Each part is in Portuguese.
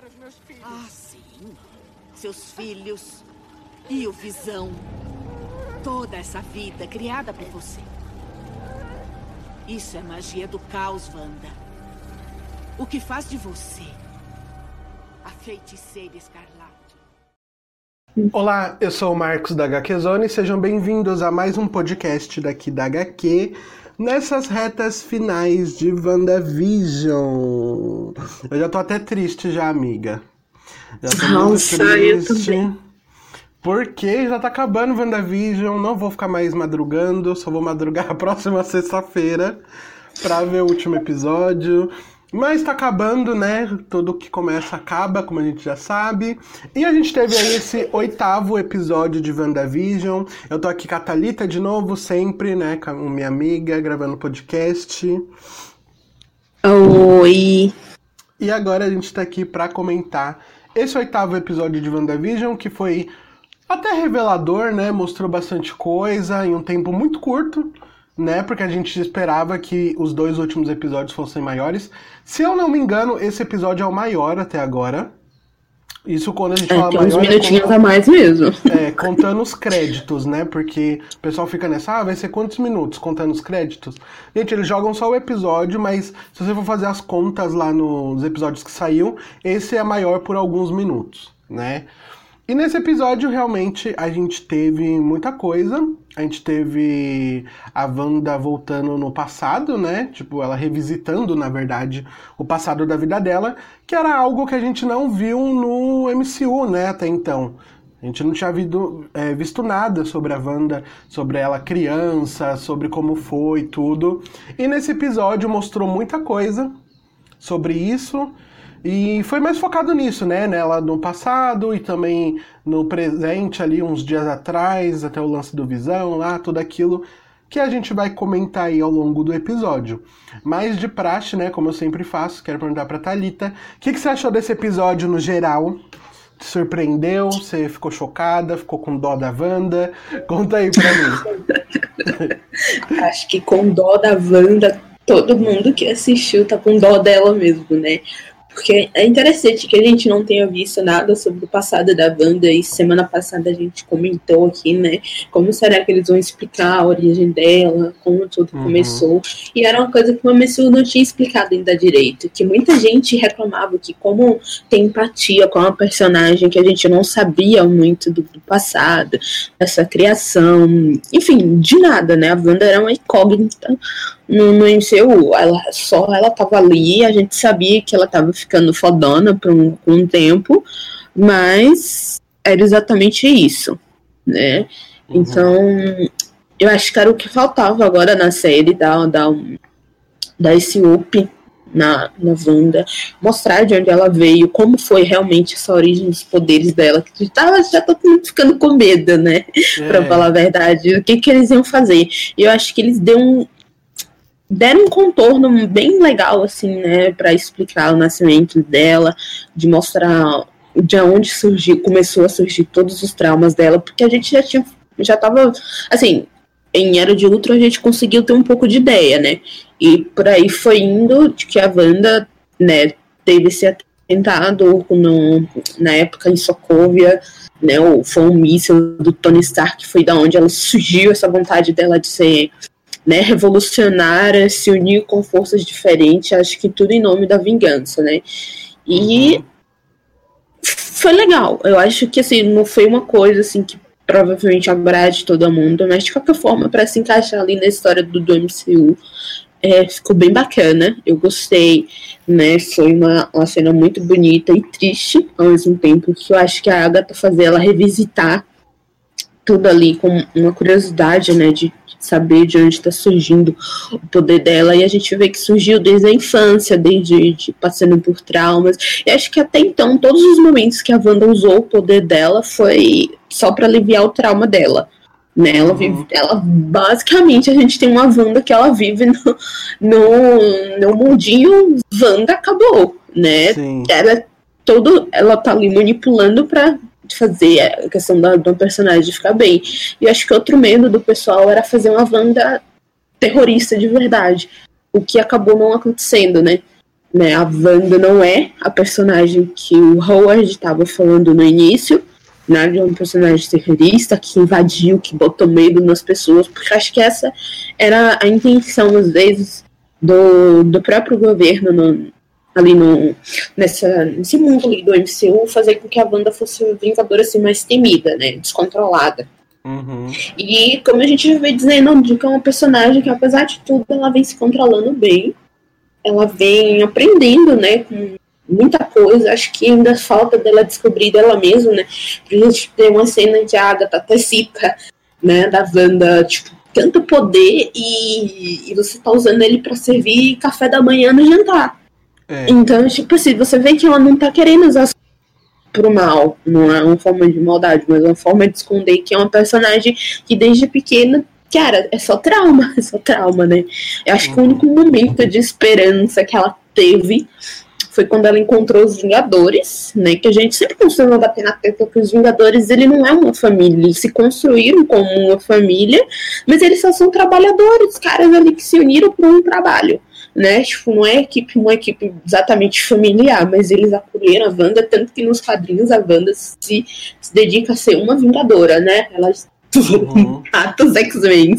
os meus filhos. Ah, sim. Seus filhos e o Visão. Toda essa vida criada por você. Isso é magia do caos, Wanda. O que faz de você a feiticeira escarlate. Olá, eu sou o Marcos da HQ Zone e sejam bem-vindos a mais um podcast daqui da HQ nessas retas finais de WandaVision. Eu já tô até triste já, amiga. Já tô muito triste. Porque já tá acabando o WandaVision, não vou ficar mais madrugando, só vou madrugar a próxima sexta-feira pra ver o último episódio. Mas tá acabando, né? Tudo que começa acaba, como a gente já sabe. E a gente teve aí esse 8º episódio de WandaVision. Eu tô aqui com a Thalita de novo, sempre, né? Com a minha amiga, gravando podcast. Oi! E agora a gente tá aqui pra comentar esse 8º episódio de WandaVision, que foi até revelador, né? Mostrou bastante coisa em um tempo muito curto, né? Porque a gente esperava que os 2 últimos episódios fossem maiores. Se eu não me engano, esse episódio é o maior até agora. Isso quando a gente fala tem maior... uns minutinhos a mais mesmo. Contando os créditos, né? Porque o pessoal fica nessa, vai ser quantos minutos contando os créditos? Gente, eles jogam só o episódio, mas se você for fazer as contas lá nos episódios que saiu, esse é maior por alguns minutos, né? E nesse episódio, realmente, a gente teve muita coisa. A gente teve a Wanda voltando no passado, né? Tipo, ela revisitando, na verdade, o passado da vida dela, que era algo que a gente não viu no MCU, né, até então. A gente não tinha visto nada sobre a Wanda, sobre ela criança, sobre como foi, tudo. E nesse episódio mostrou muita coisa sobre isso. E foi mais focado nisso, né? Nela no passado e também no presente ali, uns dias atrás, até o lance do Visão lá, tudo aquilo que a gente vai comentar aí ao longo do episódio. Mas de praxe, né? Como eu sempre faço, quero perguntar pra Thalita, o que você achou desse episódio no geral? Te surpreendeu? Você ficou chocada? Ficou com dó da Wanda? Conta aí pra mim. Acho que com dó da Wanda, todo mundo que assistiu tá com dó dela mesmo, né? Porque é interessante que a gente não tenha visto nada sobre o passado da Wanda, e semana passada a gente comentou aqui, né, como será que eles vão explicar a origem dela, como tudo começou, e era uma coisa que o MCU não tinha explicado ainda direito, que muita gente reclamava que como tem empatia com uma personagem que a gente não sabia muito do passado, dessa criação, enfim, de nada, né, a Wanda era uma incógnita no MCU, ela tava ali, a gente sabia que ela tava ficando fodona por um tempo, mas era exatamente isso, né? Então, eu acho que era o que faltava agora na série, dar esse up na Wanda, mostrar de onde ela veio, como foi realmente essa origem dos poderes dela, que já tô ficando com medo, né? Pra falar a verdade, o que eles iam fazer. E eu acho que eles deram um contorno bem legal, assim, né, para explicar o nascimento dela, de mostrar de onde começou a surgir todos os traumas dela, porque a gente já tava, assim, em Era de Ultron a gente conseguiu ter um pouco de ideia, né, e por aí foi indo de que a Wanda, né, teve esse atentado na época em Sokovia, né, foi um míssil do Tony Stark, que foi da onde ela surgiu essa vontade dela de ser, né, revolucionária, se unir com forças diferentes, acho que tudo em nome da vingança, né, e foi legal, eu acho que, assim, não foi uma coisa, assim, que provavelmente agrade todo mundo, mas de qualquer forma, para se encaixar ali na história do MCU, ficou bem bacana, eu gostei, né, foi uma cena muito bonita e triste, ao mesmo tempo, que eu acho que a Agatha fazia ela revisitar tudo ali com uma curiosidade, né, de saber de onde está surgindo o poder dela, e a gente vê que surgiu desde a infância, desde passando por traumas, e acho que até então, todos os momentos que a Wanda usou o poder dela foi só para aliviar o trauma dela, né, ela basicamente, a gente tem uma Wanda que ela vive no mundinho Wanda acabou, né, ela tá ali manipulando para fazer a questão do personagem ficar bem. E acho que outro medo do pessoal era fazer uma Wanda terrorista de verdade, o que acabou não acontecendo, né? né? A Wanda não é a personagem que o Howard estava falando no início, né? De um personagem terrorista que invadiu, que botou medo nas pessoas, porque acho que essa era a intenção, às vezes, do próprio governo nesse mundo ali do MCU, fazer com que a Wanda fosse uma Vingadora assim, mais temida, né? Descontrolada. Uhum. E como a gente já veio dizendo, que é uma personagem que, apesar de tudo, ela vem se controlando bem. Ela vem aprendendo, né, com muita coisa. Acho que ainda falta dela descobrir dela mesma, né? Pra gente ter uma cena que a Agatha até cita, né, da Wanda, tipo, tanto poder e você tá usando ele pra servir café da manhã no jantar. Então, tipo assim, você vê que ela não tá querendo usar as coisas pro mal. Não é uma forma de maldade, mas é uma forma de esconder que é uma personagem que desde pequena, cara, é só trauma, né? Eu acho que o único momento de esperança que ela teve foi quando ela encontrou os Vingadores, né? Que a gente sempre costuma bater na tecla que os Vingadores, ele não é uma família, eles se construíram como uma família, mas eles só são trabalhadores, caras ali que se uniram para um trabalho, né? Tipo, não é uma equipe exatamente familiar, mas eles acolheram a Wanda, tanto que nos quadrinhos a Wanda se dedica a ser uma Vingadora, né? Ela mata os X-Men.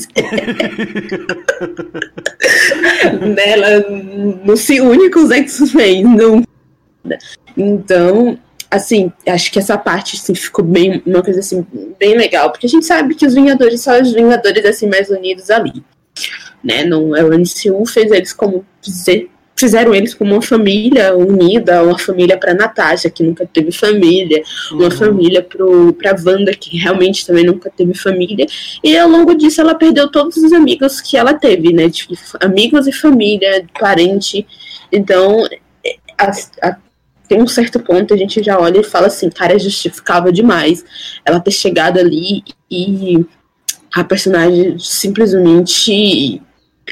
Ela não se une com os X-Men, não. Então, assim, acho que essa parte assim, ficou bem, uma coisa assim, bem legal, porque a gente sabe que os Vingadores são os Vingadores assim, mais unidos ali, né? Não, o MCU fez eles como fizeram eles como uma família unida, uma família para Natasha, que nunca teve família, uma família para Wanda, que realmente também nunca teve família, e ao longo disso ela perdeu todos os amigos que ela teve, né, tipo, amigos e família, parente. Então, tem um certo ponto a gente já olha e fala assim, cara, é justificável demais ela ter chegado ali e a personagem simplesmente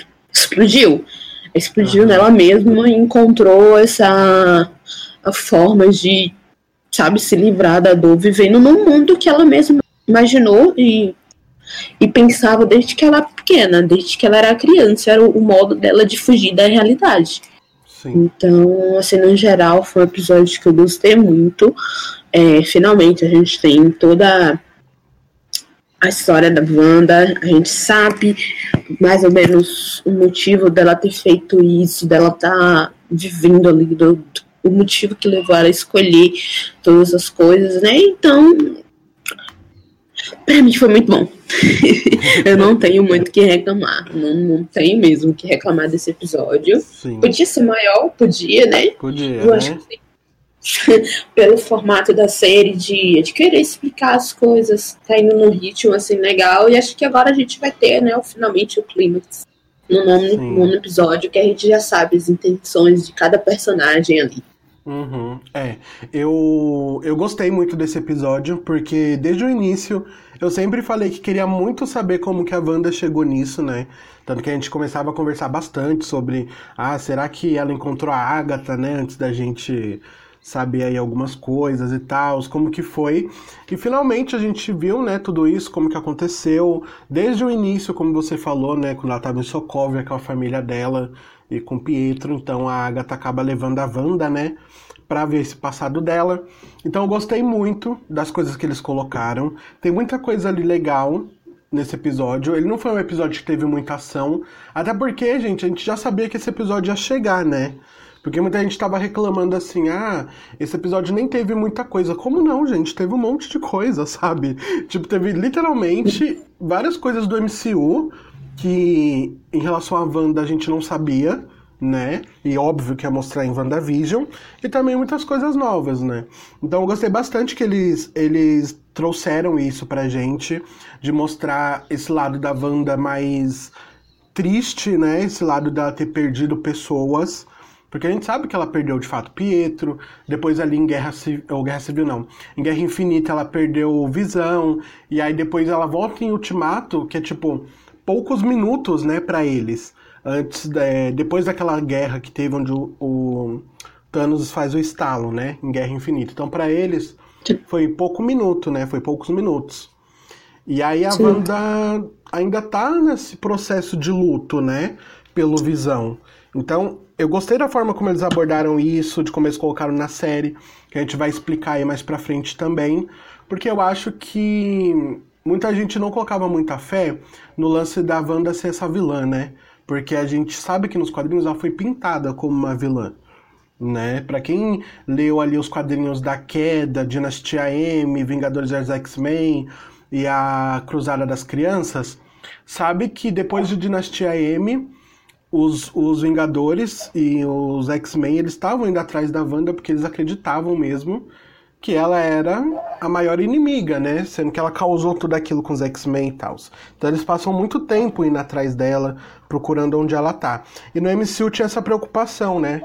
explodiu nela mesma e encontrou a forma de, sabe, se livrar da dor, vivendo num mundo que ela mesma imaginou e pensava desde que ela era pequena, desde que ela era criança, era o modo dela de fugir da realidade. Sim. Então, assim, no geral, foi um episódio que eu gostei muito. Finalmente, a gente tem toda a história da Wanda, a gente sabe mais ou menos o motivo dela ter feito isso, dela estar vivendo ali, o motivo que levou ela a escolher todas as coisas, né? Então, pra mim foi muito bom. Eu não tenho muito o que reclamar, não tenho mesmo o que reclamar desse episódio. Sim. Podia ser maior, podia, né? Podia, eu acho que pelo formato da série de querer explicar as coisas, tá indo num ritmo assim legal, e acho que agora a gente vai ter, né, finalmente o clímax no nono episódio, que a gente já sabe as intenções de cada personagem ali. Eu gostei muito desse episódio, porque desde o início eu sempre falei que queria muito saber como que a Wanda chegou nisso, né? Tanto que a gente começava a conversar bastante sobre, será que ela encontrou a Agatha, né, antes da gente saber aí algumas coisas e tal, como que foi. E finalmente a gente viu, né, tudo isso, como que aconteceu, desde o início, como você falou, né, quando ela estava em Sokovia com a família dela e com Pietro, então a Agatha acaba levando a Wanda, né, pra ver esse passado dela. Então eu gostei muito das coisas que eles colocaram, tem muita coisa ali legal nesse episódio. Ele não foi um episódio que teve muita ação, até porque, gente, a gente já sabia que esse episódio ia chegar, né? Porque muita gente tava reclamando assim, esse episódio nem teve muita coisa. Como não, gente? Teve um monte de coisa, sabe? Tipo, teve literalmente várias coisas do MCU que, em relação à Wanda, a gente não sabia, né? E óbvio que ia mostrar em WandaVision. E também muitas coisas novas, né? Então eu gostei bastante que eles trouxeram isso pra gente, de mostrar esse lado da Wanda mais triste, né? Esse lado dela ter perdido pessoas. Porque a gente sabe que ela perdeu, de fato, Pietro, depois ali em Guerra Infinita ela perdeu Visão, e aí depois ela volta em Ultimato, que é tipo, poucos minutos, né, pra eles, depois daquela guerra que teve onde o Thanos faz o estalo, né, em Guerra Infinita. Então pra eles foi pouco minuto, né, foi poucos minutos. E aí a Wanda ainda tá nesse processo de luto, né, pelo Visão. Então, eu gostei da forma como eles abordaram isso, de como eles colocaram na série, que a gente vai explicar aí mais pra frente também, porque eu acho que muita gente não colocava muita fé no lance da Wanda ser essa vilã, né? Porque a gente sabe que nos quadrinhos ela foi pintada como uma vilã, né? Pra quem leu ali os quadrinhos da Queda, Dinastia M, Vingadores vs X-Men e a Cruzada das Crianças, sabe que depois de Dinastia M, os Vingadores e os X-Men, eles estavam indo atrás da Wanda porque eles acreditavam mesmo que ela era a maior inimiga, né? Sendo que ela causou tudo aquilo com os X-Men e tal. Então eles passam muito tempo indo atrás dela, procurando onde ela tá. E no MCU tinha essa preocupação, né?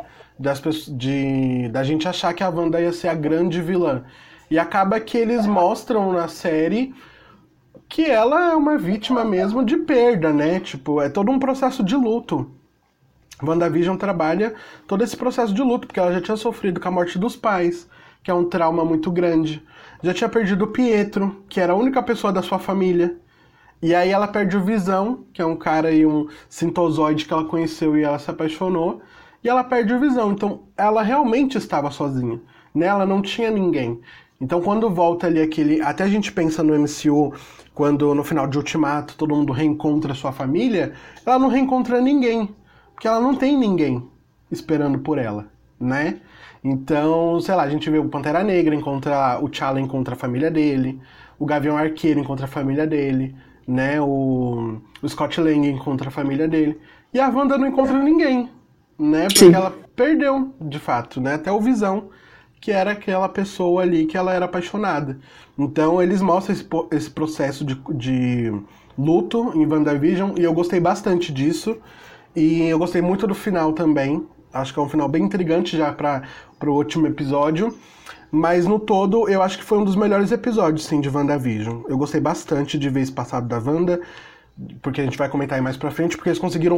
Da gente achar que a Wanda ia ser a grande vilã. E acaba que eles mostram na série que ela é uma vítima mesmo de perda, né? Tipo, é todo um processo de luto. WandaVision trabalha todo esse processo de luto, porque ela já tinha sofrido com a morte dos pais, que é um trauma muito grande. Já tinha perdido o Pietro, que era a única pessoa da sua família. E aí ela perde o Visão, que é um cara e um sintozoide que ela conheceu e ela se apaixonou. E ela perde o Visão. Então ela realmente estava sozinha, né? Ela não tinha ninguém. Então quando volta ali aquele... Até a gente pensa no MCU, quando no final de Ultimato todo mundo reencontra sua família, ela não reencontra ninguém. Porque ela não tem ninguém esperando por ela, né? Então, sei lá, a gente vê o Pantera Negra o T'Challa encontra a família dele, o Gavião Arqueiro encontra a família dele, né? O Scott Lang encontra a família dele. E a Wanda não encontra ninguém, né? Porque Sim. Ela perdeu, de fato, né? Até o Visão, que era aquela pessoa ali que ela era apaixonada. Então, eles mostram esse processo de luto em WandaVision, e eu gostei bastante disso. E eu gostei muito do final também. Acho que é um final bem intrigante já para o último episódio. Mas no todo, eu acho que foi um dos melhores episódios, sim, de WandaVision. Eu gostei bastante de ver esse passado da Wanda, porque a gente vai comentar aí mais pra frente, porque eles conseguiram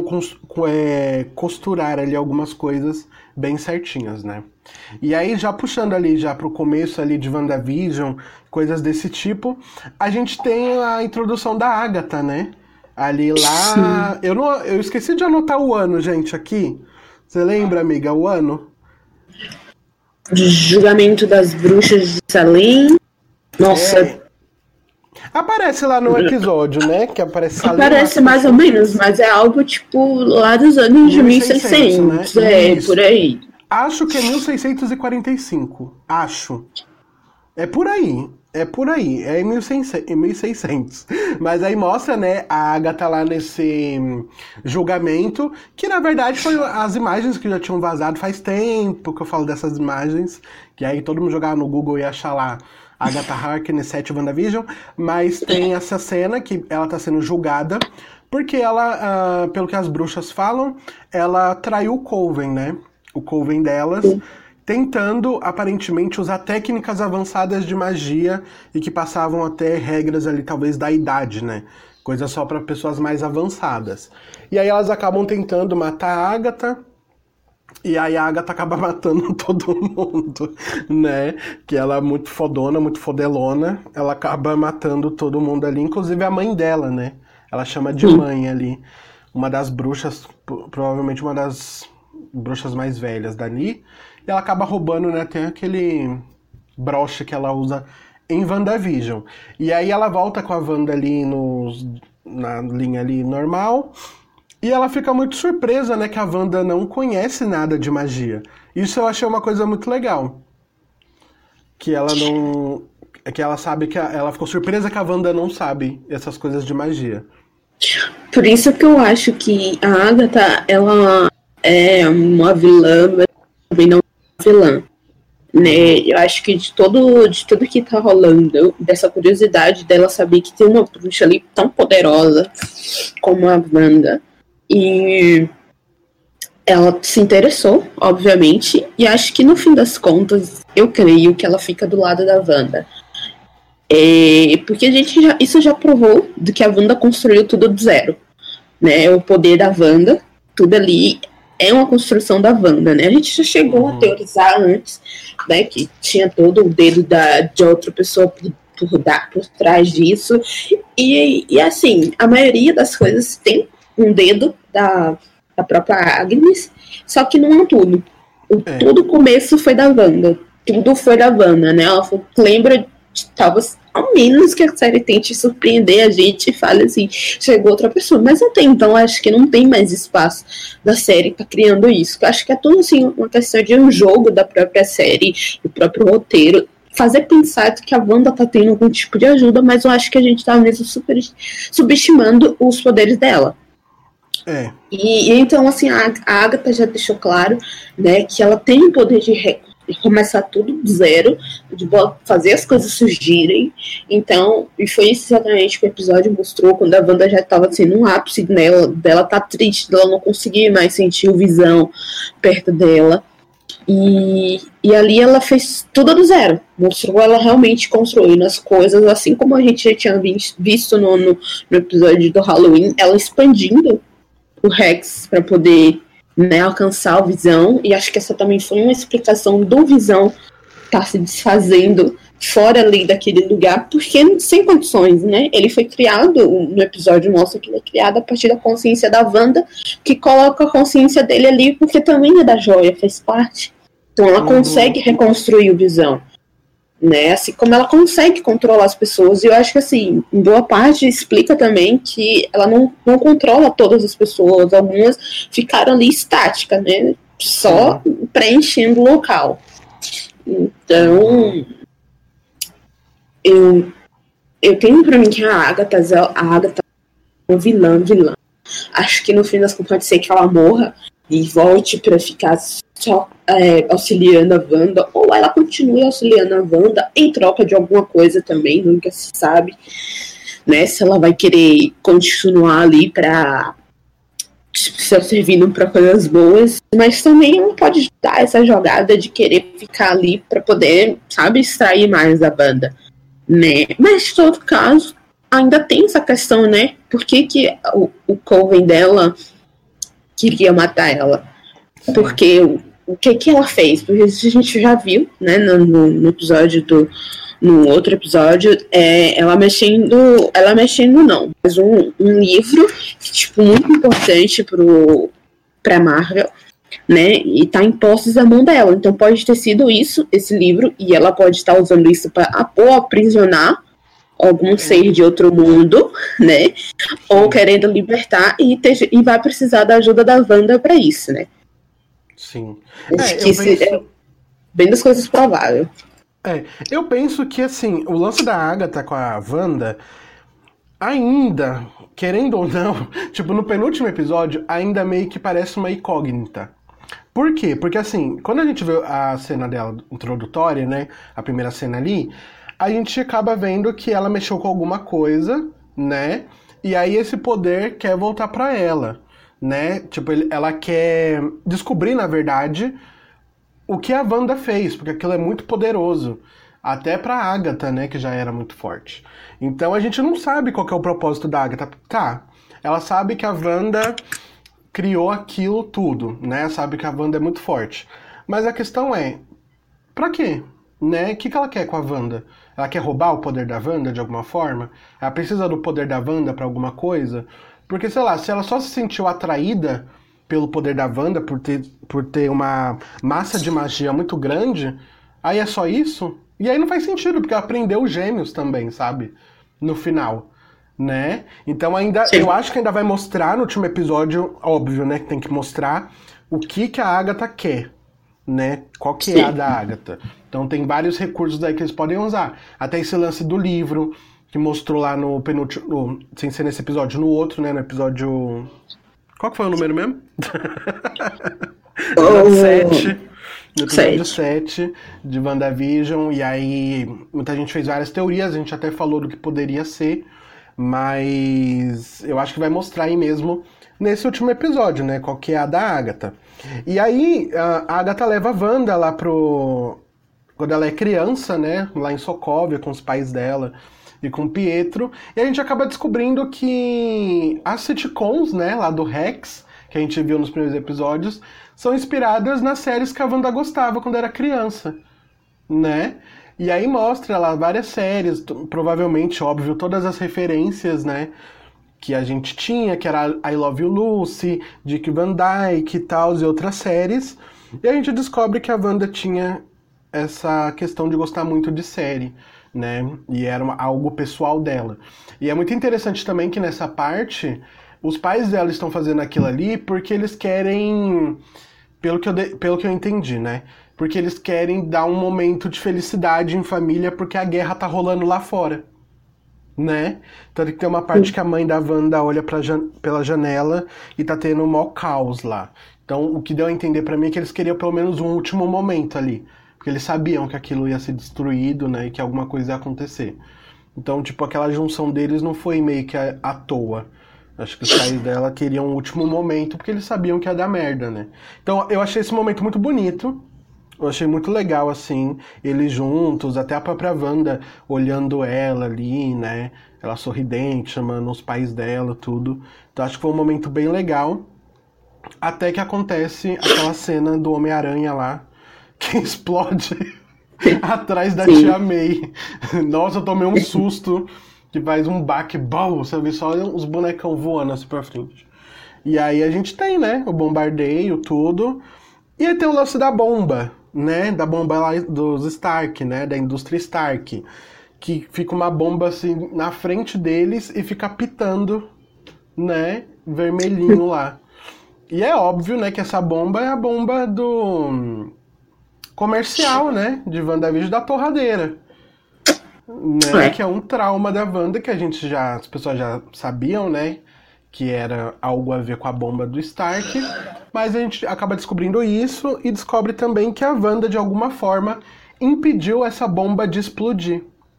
costurar ali algumas coisas bem certinhas, né? E aí, já puxando ali já pro começo ali de WandaVision, coisas desse tipo, a gente tem a introdução da Agatha, né? Ali lá... Eu esqueci de anotar o ano, gente, aqui. Você lembra, amiga, o ano? Julgamento das Bruxas de Salem. Nossa. Aparece lá no episódio, né? Que aparece Salem. Aparece mais ou menos, mas é algo tipo lá dos anos de 1600, né? Isso. Por aí. Acho que é 1645. Acho. É por aí. É em 1600. Mas aí mostra, né, a Agatha lá nesse julgamento, que na verdade foi as imagens que já tinham vazado faz tempo que eu falo dessas imagens, que aí todo mundo jogava no Google e ia achar lá Agatha Harkness 7 WandaVision, mas tem essa cena que ela tá sendo julgada, porque ela, pelo que as bruxas falam, ela traiu o Coven, né? O Coven delas, tentando, aparentemente, usar técnicas avançadas de magia e que passavam até regras ali, talvez, da idade, né? Coisa só para pessoas mais avançadas. E aí elas acabam tentando matar a Agatha, e aí a Agatha acaba matando todo mundo, né? Que ela é muito fodona, muito fodelona, ela acaba matando todo mundo ali, inclusive a mãe dela, né? Ela chama de mãe ali, uma das bruxas, provavelmente uma das bruxas mais velhas dali. E ela acaba roubando, né, até aquele broche que ela usa em WandaVision. E aí ela volta com a Wanda ali na linha ali normal. E ela fica muito surpresa, né, que a Wanda não conhece nada de magia. Isso eu achei uma coisa muito legal. Que ela não... que ela sabe que... ela ficou surpresa que a Wanda não sabe essas coisas de magia. Por isso que eu acho que a Agatha, ela é uma vilã, mas também não vilã, né? Eu acho que de tudo que tá rolando, dessa curiosidade dela saber que tem uma bruxa ali tão poderosa como a Wanda, e ela se interessou, obviamente, e acho que no fim das contas, eu creio que ela fica do lado da Wanda. Porque isso já provou do que a Wanda construiu tudo do zero, né? O poder da Wanda, tudo ali é uma construção da Wanda, né? A gente já chegou a teorizar antes, né, que tinha todo o dedo de outra pessoa por trás disso. E assim, a maioria das coisas tem um dedo da própria Agnes, só que não é tudo. Todo o começo foi da Wanda. Tudo foi da Wanda, né? Ela lembra, talvez, ao menos que a série tente surpreender a gente e fale assim, chegou outra pessoa. Mas até então, acho que não tem mais espaço da série pra criando isso. Eu acho que é tudo, assim, uma questão de um jogo da própria série, do próprio roteiro, fazer pensar que a Wanda tá tendo algum tipo de ajuda, mas eu acho que a gente tá mesmo subestimando os poderes dela. E então, assim, a Agatha já deixou claro, né, que ela tem o poder de começar tudo do zero, de fazer as coisas surgirem. Então, e foi isso exatamente que o episódio mostrou, quando a Wanda já estava assim, no ápice dela tá triste, dela não conseguir mais sentir o Visão perto dela. E ali ela fez tudo do zero, mostrou ela realmente construindo as coisas, assim como a gente já tinha visto no episódio do Halloween, ela expandindo o Rex para poder, né, alcançar o Visão. E acho que essa também foi uma explicação do Visão estar se desfazendo fora ali daquele lugar, porque sem condições, né? Ele foi criado, no episódio mostra que ele é criado a partir da consciência da Wanda, que coloca a consciência dele ali, porque também é da Joia, faz parte. Então ela consegue reconstruir o Visão, né? Assim como ela consegue controlar as pessoas. E eu acho que, assim, em boa parte explica também que ela não controla todas as pessoas. Algumas ficaram ali estáticas, né? Só preenchendo o local. Então, eu tenho pra mim que a Agatha é um vilã. Acho que no fim das contas pode ser que ela morra e volte pra ficar só auxiliando a Wanda, ou ela continue auxiliando a Wanda em troca de alguma coisa também, nunca se sabe, né, se ela vai querer continuar ali pra só servindo para coisas boas, mas também ela pode dar essa jogada de querer ficar ali para poder, sabe, extrair mais da Wanda, né, mas em todo caso ainda tem essa questão, né, por que o Coven dela queria matar ela, porque o que ela fez? Porque a gente já viu, né, no episódio no outro episódio, ela mexendo não, mas um livro, tipo, muito importante pra Marvel, né, e tá em posses da mão dela, então pode ter sido isso, esse livro, e ela pode estar usando isso pra aprisionar algum ser de outro mundo, né, ou querendo libertar, e vai precisar da ajuda da Wanda pra isso, né. Sim. Acho que é bem das coisas prováveis. Eu penso que, assim, o lance da Agatha com a Wanda, ainda, querendo ou não, tipo, no penúltimo episódio, ainda meio que parece uma incógnita. Por quê? Porque, assim, quando a gente vê a cena dela introdutória, né, a primeira cena ali, a gente acaba vendo que ela mexeu com alguma coisa, né, e aí esse poder quer voltar pra ela, né, tipo, ela quer descobrir, na verdade, o que a Wanda fez, porque aquilo é muito poderoso, até pra Agatha, né, que já era muito forte. Então a gente não sabe qual que é o propósito da Agatha. Tá, ela sabe que a Wanda criou aquilo tudo, né, sabe que a Wanda é muito forte. Mas a questão é, pra quê? Né? O que ela quer com a Wanda? Ela quer roubar o poder da Wanda de alguma forma? Ela precisa do poder da Wanda pra alguma coisa? Porque, sei lá, se ela só se sentiu atraída pelo poder da Wanda, por ter uma massa de magia muito grande, aí é só isso? E aí não faz sentido, porque ela aprendeu os gêmeos também, sabe? No final, né? Então ainda, eu acho que ainda vai mostrar no último episódio, óbvio, né? Que tem que mostrar o que a Agatha quer, né? Qual que é a da Agatha. Então tem vários recursos aí que eles podem usar. Até esse lance do livro, que mostrou lá no penúltimo, sem ser nesse episódio, no outro, né? No episódio... Qual que foi o número mesmo? Episódio 7. No episódio 7 de WandaVision. E aí muita gente fez várias teorias, a gente até falou do que poderia ser, mas eu acho que vai mostrar aí mesmo nesse último episódio, né? Qual que é a da Agatha. E aí a Agatha leva a Wanda lá quando ela é criança, né? Lá em Sokovia, com os pais dela e com o Pietro. E a gente acaba descobrindo que as sitcoms, né? Lá do Rex, que a gente viu nos primeiros episódios, são inspiradas nas séries que a Wanda gostava quando era criança, né? E aí mostra lá várias séries, provavelmente, óbvio, todas as referências, né? que a gente tinha, que era I Love You Lucy, Dick Van Dyke e tal, e outras séries. E a gente descobre que a Wanda tinha essa questão de gostar muito de série, né? E era algo pessoal dela. E é muito interessante também que nessa parte, os pais dela estão fazendo aquilo ali porque eles querem, pelo que eu entendi, né? Porque eles querem dar um momento de felicidade em família porque a guerra tá rolando lá fora, né? Tanto que tem uma parte que a mãe da Wanda olha pela janela e tá tendo um maior caos lá. Então, o que deu a entender pra mim é que eles queriam pelo menos um último momento ali. Porque eles sabiam que aquilo ia ser destruído, né? E que alguma coisa ia acontecer. Então, tipo, aquela junção deles não foi meio que à toa. Acho que os pais dela queriam um último momento porque eles sabiam que ia dar merda, né? Então, eu achei esse momento muito bonito. Eu achei muito legal, assim, eles juntos, até a própria Wanda olhando ela ali, né? Ela sorridente, chamando os pais dela, tudo. Então acho que foi um momento bem legal. Até que acontece aquela cena do Homem-Aranha lá, que explode atrás da tia May. Nossa, eu tomei um susto, que faz um baque, bom, você vê só os bonecão voando assim pra frente. E aí a gente tem, né, o bombardeio, tudo. E aí tem o lance da bomba, né? Da bomba lá dos Stark, né? Da indústria Stark. Que fica uma bomba assim na frente deles e fica pitando, né? Vermelhinho lá. E é óbvio, né? Que essa bomba é a bomba do comercial, né? De WandaVision da torradeira. Né? Que é um trauma da Wanda que as pessoas já sabiam, né? Que era algo a ver com a bomba do Stark, mas a gente acaba descobrindo isso e descobre também que a Wanda, de alguma forma, impediu essa bomba de explodir,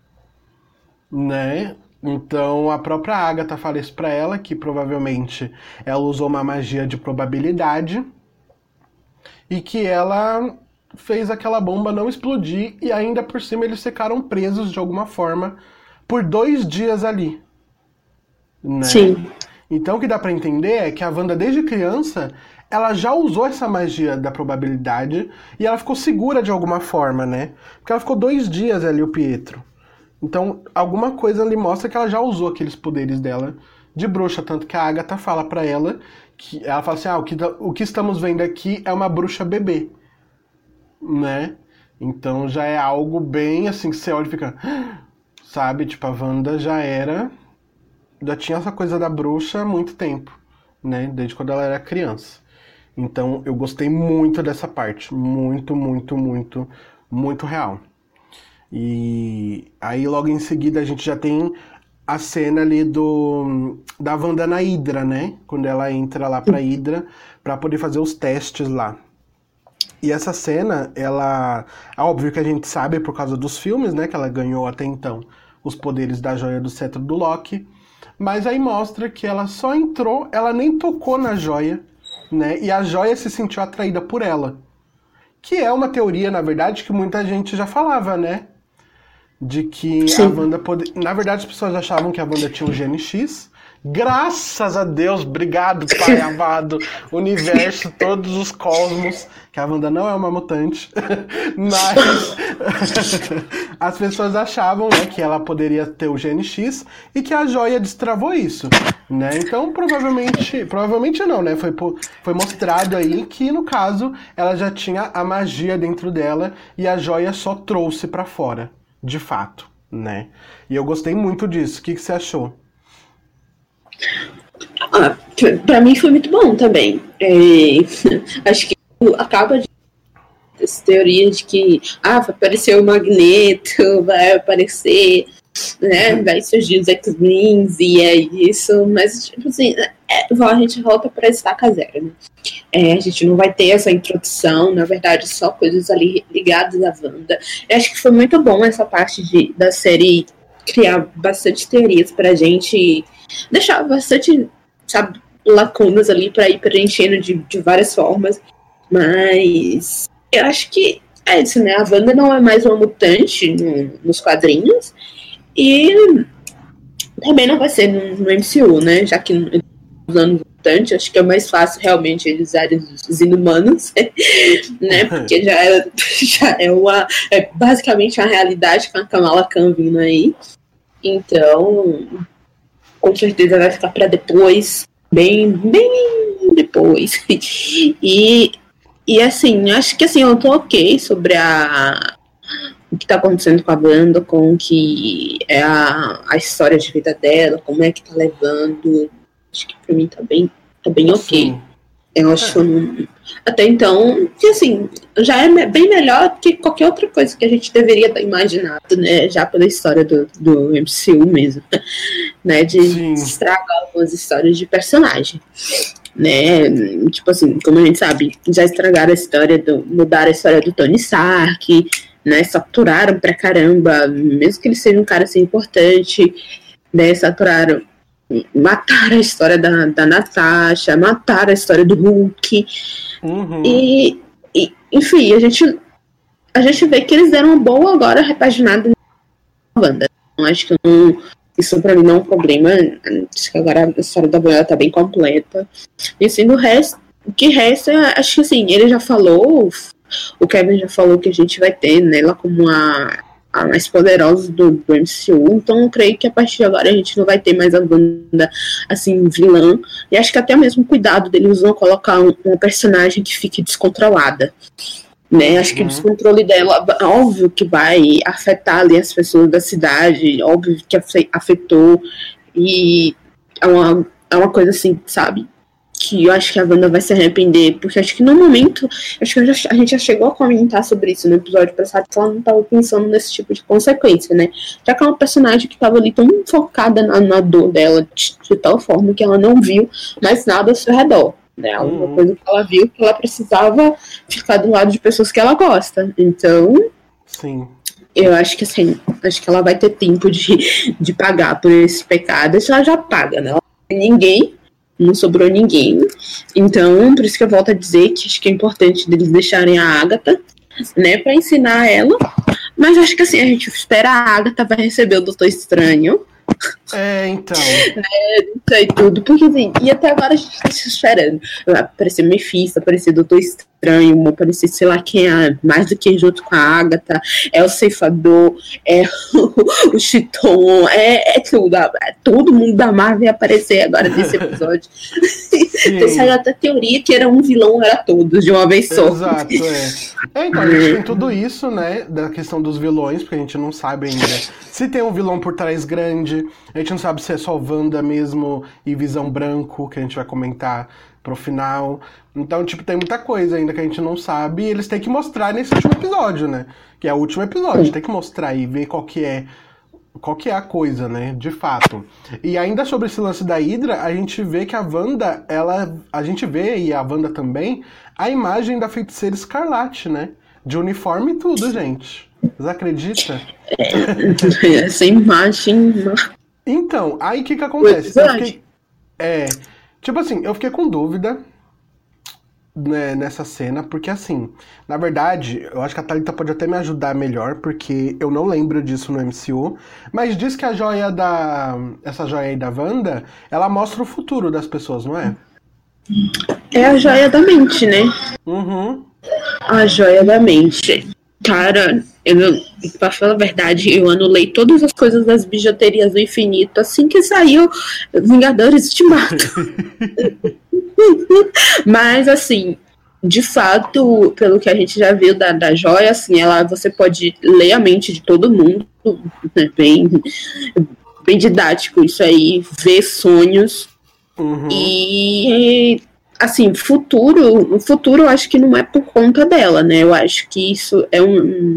né? Então a própria Agatha fala isso pra ela, que provavelmente ela usou uma magia de probabilidade e que ela fez aquela bomba não explodir e ainda por cima eles ficaram presos de alguma forma por 2 dias ali, né? Sim. Então o que dá pra entender é que a Wanda, desde criança, ela já usou essa magia da probabilidade e ela ficou segura de alguma forma, né? Porque ela ficou 2 dias ali, o Pietro. Então, alguma coisa ali mostra que ela já usou aqueles poderes dela de bruxa, tanto que a Agatha fala pra ela, que ela fala assim, o que estamos vendo aqui é uma bruxa bebê, né? Então já é algo bem assim, que você olha e fica, sabe? Tipo, a Wanda já tinha essa coisa da bruxa há muito tempo, né? Desde quando ela era criança. Então eu gostei muito dessa parte. Muito, muito, muito, muito real. E aí logo em seguida a gente já tem a cena ali da Wanda na Hydra, né? Quando ela entra lá pra Hydra pra poder fazer os testes lá. E essa cena, ela... Óbvio que a gente sabe por causa dos filmes, né? Que ela ganhou até então os poderes da joia do cetro do Loki. Mas aí mostra que ela só entrou, ela nem tocou na joia, né? E a joia se sentiu atraída por ela. Que é uma teoria, na verdade, que muita gente já falava, né? De que a Wanda poderia... Na verdade, as pessoas achavam que a Wanda tinha um gene X. Graças a Deus, obrigado, Pai amado, universo, todos os cosmos, que a Wanda não é uma mutante, mas as pessoas achavam, né, que ela poderia ter o gene X e que a joia destravou isso, né? Então, provavelmente não, né? Foi mostrado aí que, no caso, ela já tinha a magia dentro dela e a joia só trouxe pra fora, de fato, né? E eu gostei muito disso. O que você achou? Pra mim foi muito bom também. Acho que acaba de essa teoria de que vai aparecer o Magneto, vai aparecer, né, vai surgir os X-Men e é isso, mas tipo assim, a gente volta pra estaca zero, né? A gente não vai ter essa introdução, na verdade só coisas ali ligadas à Wanda. Eu acho que foi muito bom essa parte da série criar bastante teorias pra gente, deixar bastante, sabe, lacunas ali pra ir preenchendo de várias formas, mas eu acho que é isso, né? A Wanda não é mais uma mutante nos quadrinhos e também não vai ser no MCU, né? Já que usando mutante, acho que é mais fácil realmente eles usarem os inumanos, né? Porque já é basicamente a realidade com a Kamala Khan vindo aí. Então, com certeza vai ficar pra depois, bem depois. E assim, acho que assim, eu tô ok sobre o que tá acontecendo com a Wanda, com o que é a história de vida dela, como é que tá levando. Acho que pra mim tá bem ok. Sim. Eu acho até então que assim, já é bem melhor que qualquer outra coisa que a gente deveria ter imaginado, né? Já pela história do MCU mesmo, né? De estragar algumas histórias de personagem, né? Tipo assim, como a gente sabe, já estragaram a história mudaram a história do Tony Stark, né? Saturaram pra caramba, mesmo que ele seja um cara assim importante, né? Saturaram. Mataram a história da Natasha, mataram a história do Hulk. E enfim, a gente vê que eles deram uma boa agora repaginada na Wanda. Então, acho que isso pra mim não é um problema. Acho que agora a história da Wanda tá bem completa. E assim, o que resta, acho que assim, ele já falou, o Kevin já falou que a gente vai ter nela como a mais poderosa do MCU, então eu creio que a partir de agora a gente não vai ter mais a Wanda assim, vilã, e acho que até mesmo o cuidado deles vão colocar uma personagem que fique descontrolada, né? Acho que o descontrole dela, óbvio que vai afetar ali as pessoas da cidade, óbvio que afetou, e é uma coisa assim, sabe? Que eu acho que a Wanda vai se arrepender, porque acho que no momento, acho que a gente já chegou a comentar sobre isso no episódio passado, que ela não estava pensando nesse tipo de consequência, né? Já que é uma personagem que estava ali tão focada na dor dela, de tal forma que ela não viu mais nada ao seu redor, né? A única coisa que ela viu que ela precisava ficar do lado de pessoas que ela gosta. Então, sim. Eu acho que assim, acho que ela vai ter tempo de pagar por esse pecado, isso ela já paga, né? Ela não tem ninguém. Não sobrou ninguém. Então, por isso que eu volto a dizer que acho que é importante deles deixarem a Agatha, né, pra ensinar ela. Mas acho que assim, a gente espera a Agatha vai receber o Doutor Estranho. Então. Isso aí tudo. Porque assim, e até agora a gente tá se esperando. Vai aparecer Mephisto, aparecer Doutor Estranho, aparecer sei lá quem é, mais do que junto com a Agatha, é o Ceifador, é o Chiton, é tudo. Todo mundo da Marvel vai aparecer agora nesse episódio. Então saiu até a teoria que era um vilão, era todos, de uma vez só. Exato, então a gente tem tudo isso, né, da questão dos vilões, porque a gente não sabe ainda se tem um vilão por trás grande, a gente não sabe se é só Wanda mesmo e Visão Branco, que a gente vai comentar pro final. Então, tipo, tem muita coisa ainda que a gente não sabe e eles têm que mostrar nesse último episódio, né? Que é o último episódio, tem que mostrar e ver qual que é a coisa, né? De fato. E ainda sobre esse lance da Hydra, a gente vê que a Wanda, a gente vê, e a Wanda também, a imagem da Feiticeira Escarlate, né? De uniforme e tudo, gente. Vocês acreditam? Essa imagem... Então, aí o que acontece? Eu fiquei com dúvida, né, nessa cena, porque assim, na verdade, eu acho que a Thalita pode até me ajudar melhor, porque eu não lembro disso no MCU, mas diz que essa joia aí da Wanda, ela mostra o futuro das pessoas, não é? É a joia da mente, né? A joia da mente. Cara, pra falar a verdade, eu anulei todas as coisas das bijuterias do infinito assim que saiu Vingadores Ultimato. Mas, assim, de fato, pelo que a gente já viu da joia, assim, você pode ler a mente de todo mundo, né, bem didático isso aí, ver sonhos. E... assim, o futuro eu acho que não é por conta dela, né? Eu acho que isso é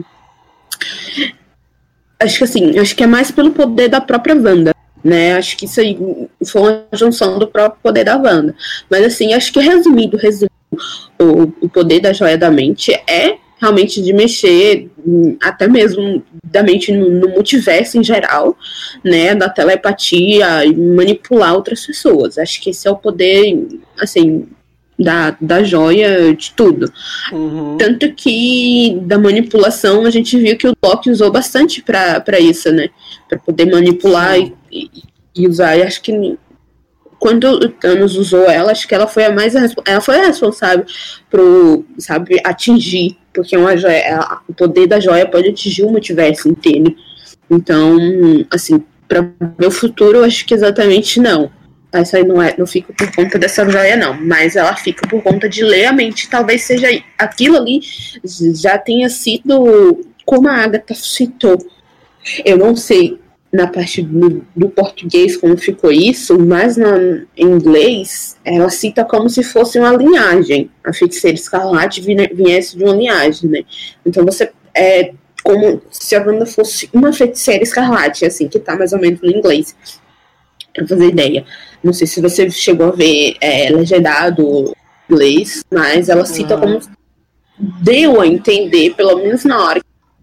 acho que é mais pelo poder da própria Wanda, né? Acho que isso aí foi uma junção do próprio poder da Wanda. Mas assim, acho que resumindo, o poder da joia da mente é realmente de mexer até mesmo da mente no multiverso em geral, né, da telepatia e manipular outras pessoas. Acho que esse é o poder, assim, da joia de tudo. Tanto que da manipulação a gente viu que o Loki usou bastante pra isso, né, pra poder manipular e usar. E acho que quando o Thanos usou ela, acho que ela foi a responsável por, sabe, atingir, porque uma joia, o poder da joia pode atingir o multiverso inteiro. Então, assim, Para meu futuro, eu acho que exatamente não. Isso aí não fica por conta dessa joia, não. Mas ela fica por conta de ler a mente. Talvez seja aquilo ali já tenha sido como a Agatha citou. Eu não sei na parte do português como ficou isso, mas em inglês ela cita como se fosse uma linhagem. A Feiticeira Escarlate viesse de uma linhagem, né? Então você como se a Wanda fosse uma Feiticeira Escarlate, assim, que tá mais ou menos no inglês. Pra fazer ideia. Não sei se você chegou a ver legendado em inglês, mas ela cita como deu a entender, pelo menos na hora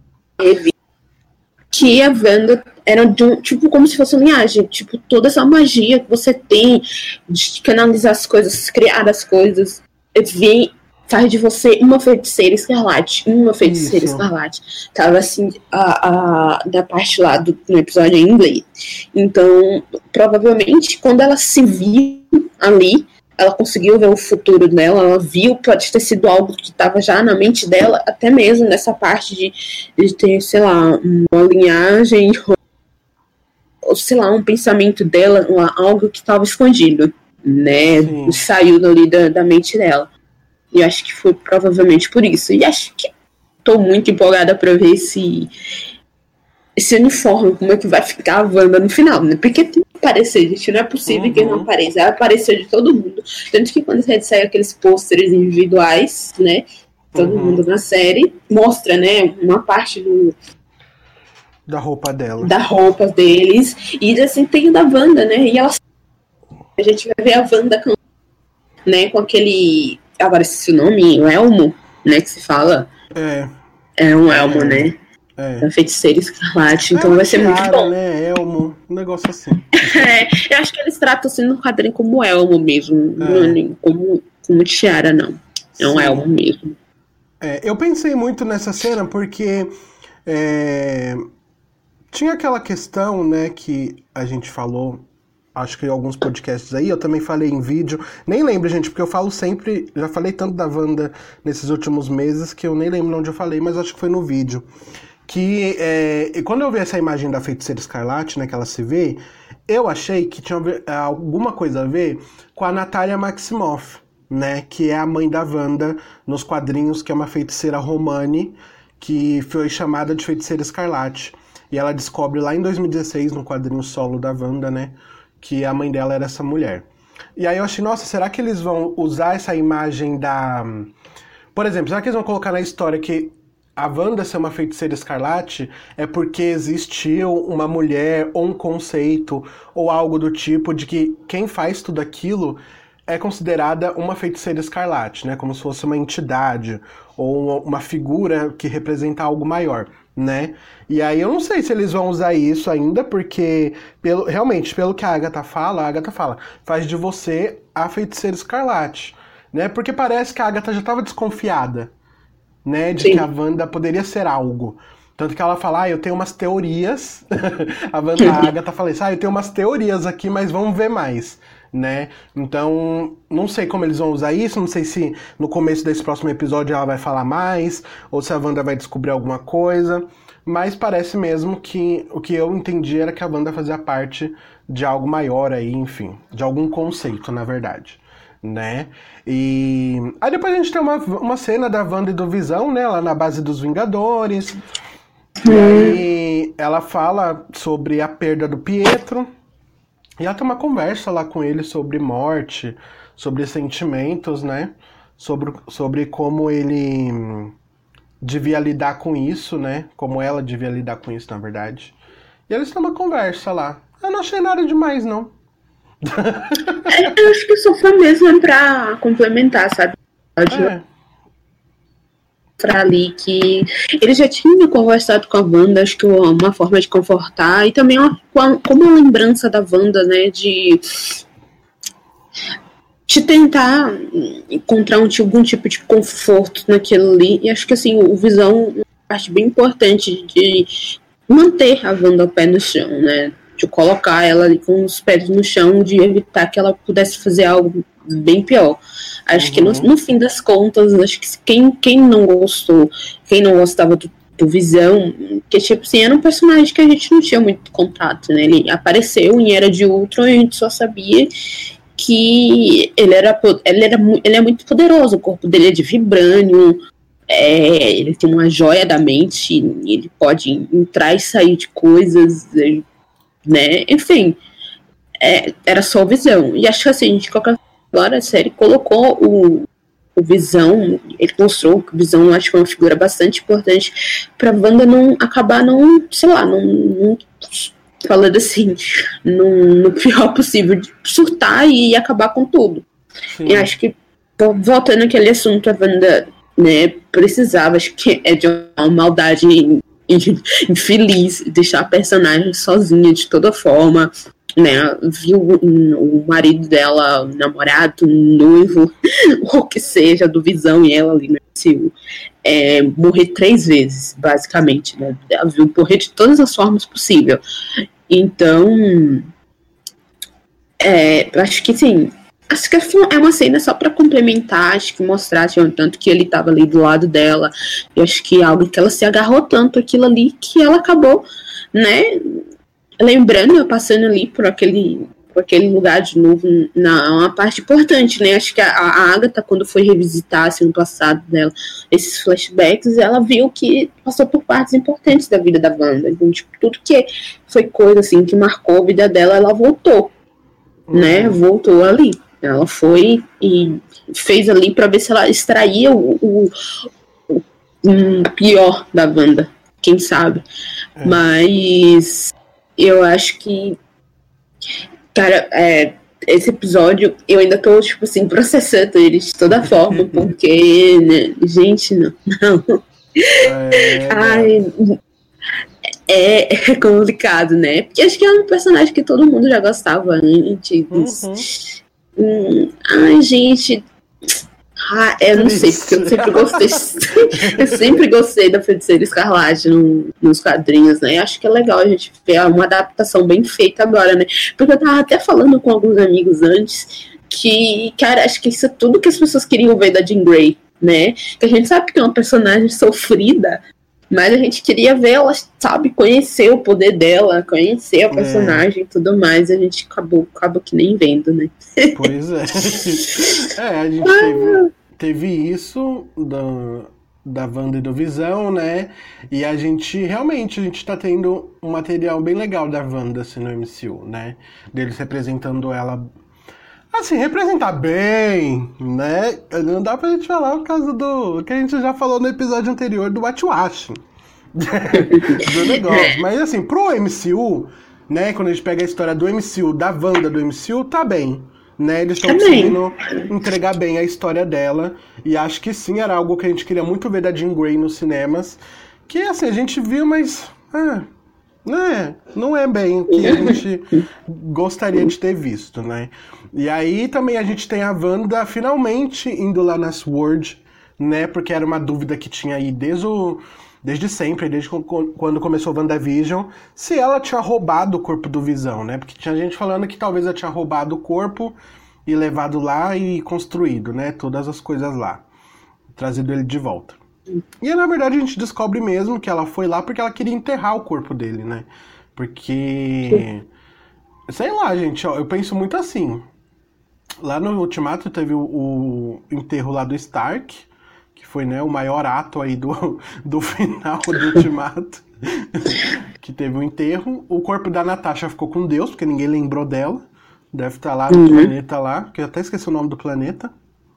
que a Wanda era tipo como se fosse uma linhagem, tipo, toda essa magia que você tem de canalizar as coisas, criar as coisas, faz de você uma feiticeira escarlate. Escarlate. Tava assim, da parte lá no episódio em inglês. Então, provavelmente, quando ela se viu ali, ela conseguiu ver o futuro dela, ela viu, pode ter sido algo que estava já na mente dela, até mesmo nessa parte de ter, sei lá, uma linhagem, ou sei lá, um pensamento dela, algo que estava escondido, né? Sim. Saiu dali da mente dela. E acho que foi provavelmente por isso. E acho que tô muito empolgada pra ver esse uniforme, como é que vai ficar a Wanda no final, né? Porque tem que aparecer, gente. Não é possível que não apareça. Ela apareceu de todo mundo. Tanto que quando a gente sai aqueles pôsteres individuais, né? Todo mundo na série, mostra, né? Uma parte da roupa dela. Da roupa deles. E assim, tem o da Wanda, né? E ela... A gente vai ver a Wanda né? Com aquele... Agora esqueci o nome, o elmo, né, que se fala. É um elmo, né? Da Feiticeira Escarlate, então vai ser muito bom. Né? Elmo, um negócio assim. Eu acho que eles tratam assim no quadrinho como elmo mesmo, não como tiara, não. É um elmo mesmo. Eu pensei muito nessa cena porque tinha aquela questão, né, que a gente falou... Acho que em alguns podcasts aí, eu também falei em vídeo. Nem lembro, gente, porque eu falo sempre... Já falei tanto da Wanda nesses últimos meses que eu nem lembro onde eu falei, mas acho que foi no vídeo. Que quando eu vi essa imagem da Feiticeira Escarlate, né, que ela se vê, eu achei que tinha alguma coisa a ver com a Natália Maximoff, né, que é a mãe da Wanda nos quadrinhos, que é uma feiticeira romani, que foi chamada de Feiticeira Escarlate. E ela descobre lá em 2016, no quadrinho solo da Wanda, né, que a mãe dela era essa mulher. E aí eu achei, nossa, será que eles vão usar essa imagem da... Por exemplo, será que eles vão colocar na história que a Wanda ser uma feiticeira escarlate é porque existiu uma mulher ou um conceito ou algo do tipo de que quem faz tudo aquilo é considerada uma feiticeira escarlate, né? Como se fosse uma entidade ou uma figura que representa algo maior, né? E aí eu não sei se eles vão usar isso ainda, porque realmente, pelo que a Agatha fala, faz de você a Feiticeira Escarlate, né? Porque parece que a Agatha já estava desconfiada, né? De que a Wanda poderia ser algo. Tanto que ela fala, eu tenho umas teorias. A Agatha fala isso, eu tenho umas teorias aqui, mas vamos ver mais, né? Então, não sei como eles vão usar isso, não sei se no começo desse próximo episódio ela vai falar mais, ou se a Wanda vai descobrir alguma coisa, mas parece mesmo que o que eu entendi era que a Wanda fazia parte de algo maior aí, enfim, de algum conceito, na verdade, né? E aí depois a gente tem uma cena da Wanda e do Visão, né, lá na base dos Vingadores, e aí ela fala sobre a perda do Pietro, e ela tem uma conversa lá com ele sobre morte, sobre sentimentos, né? Sobre como ele devia lidar com isso, né? Como ela devia lidar com isso, na verdade. E eles têm uma conversa lá. Eu não achei nada demais, não. Eu acho que só foi mesmo pra complementar, sabe? Pra ali que ele já tinha conversado com a Wanda, acho que uma forma de confortar, e também como uma lembrança da Wanda, né, de tentar encontrar algum tipo de conforto naquilo ali, e acho que assim, o Visão é uma parte bem importante de manter a Wanda ao pé no chão, né, de colocar ela ali com os pés no chão, de evitar que ela pudesse fazer algo bem pior. Acho que no fim das contas, acho que quem não gostava do Visão, que tipo assim, era um personagem que a gente não tinha muito contato, né? Ele apareceu em Era de Ultron e a gente só sabia que ele é muito poderoso, o corpo dele é de vibranium, ele tem uma joia da mente, ele pode entrar e sair de coisas, né? Enfim, era só o Visão. E acho que assim, de qualquer forma, a série colocou o Visão, ele mostrou que o Visão, acho que é uma figura bastante importante pra Wanda não acabar, não falando assim, no pior possível, de surtar e acabar com tudo. Sim. E acho que, voltando àquele assunto, a Wanda, né, precisava, acho que é de uma maldade infeliz, deixar a personagem sozinha de toda forma, né, viu o marido dela, o namorado, o noivo, ou que seja, do Visão e ela ali no MCU, morrer 3 vezes, basicamente, né, ela viu morrer de todas as formas possíveis. Então, acho que sim, acho que é uma cena só pra complementar, acho que mostrasse o tanto que ele tava ali do lado dela, e acho que algo que ela se agarrou tanto aquilo ali, que ela acabou, né, lembrando, passando ali por aquele lugar de novo, uma parte importante, né? Acho que a Agatha, quando foi revisitar assim, no passado dela, esses flashbacks, ela viu que passou por partes importantes da vida da Wanda. Então, tipo, tudo que foi coisa assim que marcou a vida dela, ela voltou, né? Voltou ali. Ela foi e fez ali para ver se ela extraía o pior da Wanda, quem sabe. Mas eu acho que, cara, esse episódio eu ainda tô, tipo assim, processando ele de toda forma, porque, né, gente, não. Ai, é complicado, né? Porque acho que é um personagem que todo mundo já gostava antes. Ai, gente. Eu não sei, porque eu sempre gostei da Feiticeira Escarlate nos quadrinhos, né? Acho que é legal a gente ver uma adaptação bem feita agora, né? Porque eu tava até falando com alguns amigos antes que, cara, acho que isso é tudo que as pessoas queriam ver da Jean Grey, né? Que a gente sabe que é uma personagem sofrida, mas a gente queria ver ela, sabe, conhecer o poder dela, conhecer a personagem e tudo mais. A gente acabou que nem vendo, né? Pois é. A gente teve isso da Wanda e do Visão, né? E a gente tá tendo um material bem legal da Wanda, assim, no MCU, né? Deles representando ela... Assim, representar bem, né? Não dá pra gente falar por causa do que a gente já falou no episódio anterior do Watch do negócio. Mas assim, pro MCU, né? Quando a gente pega a história do MCU, da Wanda do MCU, tá bem, né? Eles estão conseguindo entregar bem a história dela. E acho que sim, era algo que a gente queria muito ver da Jean Grey nos cinemas. Que assim, a gente viu, mas... não é bem o que a gente gostaria de ter visto, né? E aí também a gente tem a Wanda finalmente indo lá na SWORD, né? Porque era uma dúvida que tinha aí desde sempre, desde quando começou o WandaVision, se ela tinha roubado o corpo do Visão, né? Porque tinha gente falando que talvez ela tinha roubado o corpo e levado lá e construído, né? Todas as coisas lá. Trazido ele de volta. E na verdade a gente descobre mesmo que ela foi lá porque ela queria enterrar o corpo dele, né? Porque... Sei lá, gente, ó, eu penso muito assim. Lá no Ultimato teve o enterro lá do Stark, que foi, né, o maior ato aí do final do Ultimato. Que teve o enterro. O corpo da Natasha ficou com Deus, porque ninguém lembrou dela. Deve estar lá no planeta lá, que eu até esqueci o nome do planeta.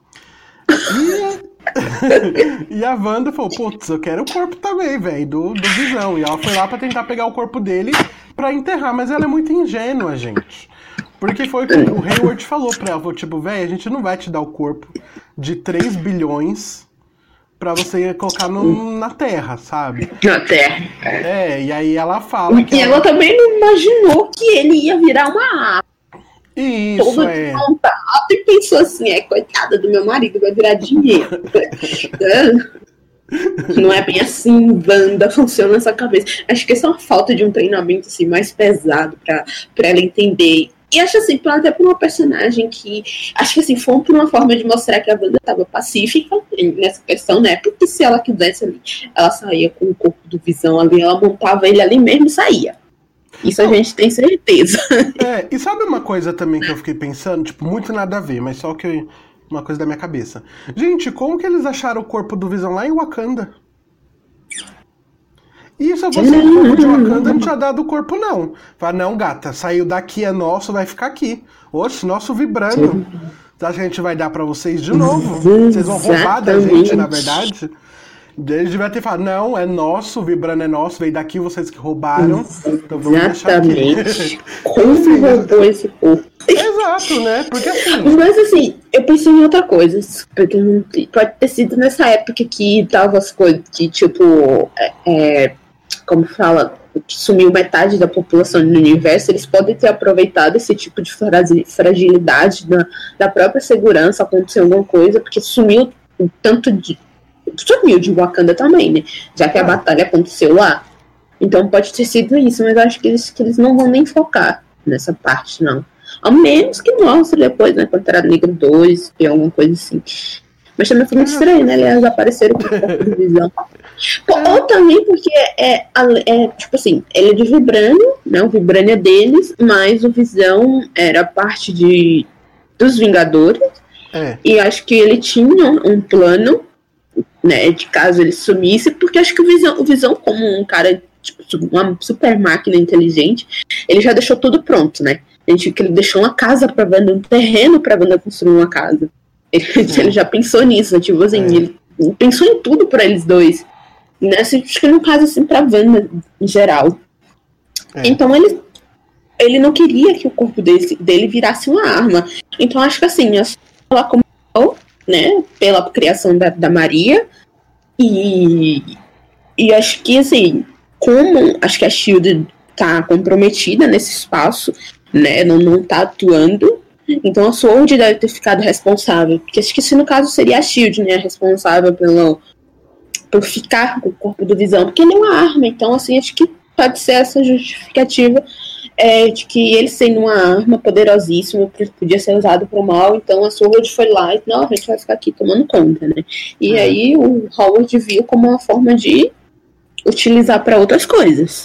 E a Wanda falou, putz, eu quero o corpo também, velho, do Visão. E ela foi lá pra tentar pegar o corpo dele pra enterrar, mas ela é muito ingênua, gente. Porque foi o que o Hayward falou pra ela, falou, tipo, velho, a gente não vai te dar o corpo de 3 bilhões pra você colocar na Terra, sabe? Na Terra. E aí ela fala que... E ela também não imaginou que ele ia virar uma ave. Isso, todo desmontado e pensou assim, coitada do meu marido, vai virar dinheiro. Não é bem assim, Wanda, funciona nessa cabeça. Acho que essa é uma falta de um treinamento assim, mais pesado pra ela entender E acho assim, até por uma personagem que... Acho que assim, foi por uma forma de mostrar que a Wanda estava pacífica nessa questão, né? Porque se ela quisesse ali, ela saía com o corpo do Visão ali, ela montava ele ali mesmo e saía. Isso a gente tem certeza. E sabe uma coisa também que eu fiquei pensando? Tipo, muito nada a ver, mas só que uma coisa da minha cabeça. Gente, como que eles acharam o corpo do Visão lá em Wakanda? E se eu fosse o corpo de Wakanda, não tinha dado o corpo, não. Fala, não, gata, saiu daqui, é nosso, vai ficar aqui. Oxe, nosso vibrânio. Você acha que a gente vai dar pra vocês de novo? Vocês vão roubar da gente, na verdade? Eles deviam ter falado, não, é nosso, o vibrânio é nosso, veio daqui, vocês que roubaram. Então vamos deixar aqui. Como roubou esse corpo? Exato, né? Porque assim... Mas assim, eu pensei em outra coisa. Porque pode ter sido nessa época que tava as coisas que, tipo... como fala, sumiu metade da população do universo, eles podem ter aproveitado esse tipo de fragilidade da própria segurança, aconteceu alguma coisa, porque sumiu de Wakanda também, né? Já que a batalha aconteceu lá. Então pode ter sido isso, mas eu acho que eles não vão nem focar nessa parte, não. Ao menos que mostre depois, né? Pantera Negra 2, e alguma coisa assim. Mas também foi muito estranho, né? Eles apareceram com o corpo de Visão. Ou também porque tipo assim, ele é de Vibrânio, né? O Vibrânio é deles, mas o Visão era parte dos Vingadores. E acho que ele tinha um plano, né? De caso ele sumisse, porque acho que o Visão como um cara, tipo, uma super máquina inteligente, ele já deixou tudo pronto, né? Ele deixou uma casa pra Wanda, um terreno pra Wanda construir uma casa. Ele já pensou nisso, né? Tipo assim, ele pensou em tudo pra eles dois. Né? Acho que no caso, assim, pra Wanda em geral. Então ele não queria que o corpo dele virasse uma arma. Então acho que assim, ela começou, né, pela criação da Maria. E acho que assim, como acho que a SHIELD tá comprometida nesse espaço, né, não tá atuando. Então a SWORD deve ter ficado responsável. Porque acho que se no caso seria a SHIELD, né, responsável por ficar com o corpo do Visão. Porque ele é uma arma. Então, assim, acho que pode ser essa justificativa de que ele sendo uma arma poderosíssima, podia ser usado para o mal. Então a SWORD foi lá e não, a gente vai ficar aqui tomando conta, né? E aí o Howard viu como uma forma de utilizar para outras coisas.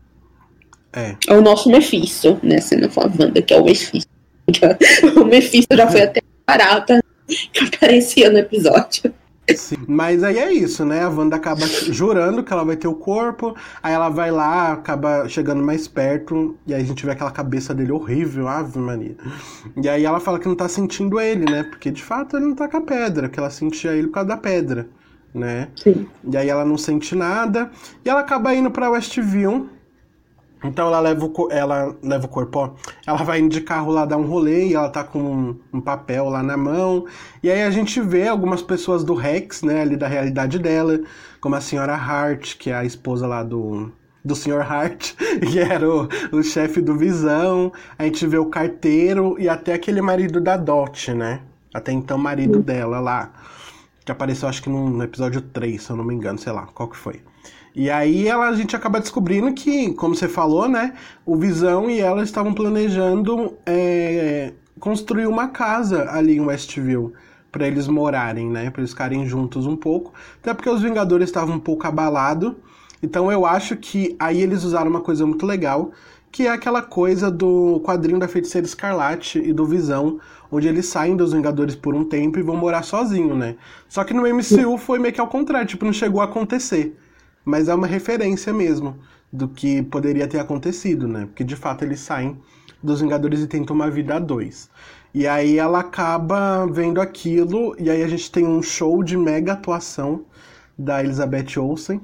É o nosso Mephisto, né? Se não for a Wanda, que é o Mephisto. O Mephisto já foi até barata que aparecia no episódio. Sim, mas aí é isso, né? A Wanda acaba jurando que ela vai ter o corpo, aí ela vai lá, acaba chegando mais perto, e aí a gente vê aquela cabeça dele horrível, Ave Maria. E aí ela fala que não tá sentindo ele, né? Porque de fato ele não tá com a pedra, que ela sentia ele por causa da pedra, né? Sim. E aí ela não sente nada, e ela acaba indo pra Westview. Então ela leva o corpo, ó. Ela vai indo de carro lá dar um rolê e ela tá com um papel lá na mão. E aí a gente vê algumas pessoas do Rex, né, ali da realidade dela, como a senhora Hart, que é a esposa lá do Sr. Hart, que era o chefe do Visão. A gente vê o carteiro e até aquele marido da Dot, né? Até então marido dela lá. Que apareceu acho que no episódio 3, se eu não me engano, sei lá, qual que foi. E aí a gente acaba descobrindo que, como você falou, né, o Visão e ela estavam planejando construir uma casa ali em Westview para eles morarem, né, para eles ficarem juntos um pouco. Até porque os Vingadores estavam um pouco abalados. Então eu acho que aí eles usaram uma coisa muito legal, que é aquela coisa do quadrinho da Feiticeira Escarlate e do Visão, onde eles saem dos Vingadores por um tempo e vão morar sozinhos, né. Só que no MCU foi meio que ao contrário, tipo, não chegou a acontecer. Mas é uma referência mesmo do que poderia ter acontecido, né? Porque de fato eles saem dos Vingadores e tentam uma vida a dois. E aí ela acaba vendo aquilo, e aí a gente tem um show de mega atuação da Elizabeth Olsen.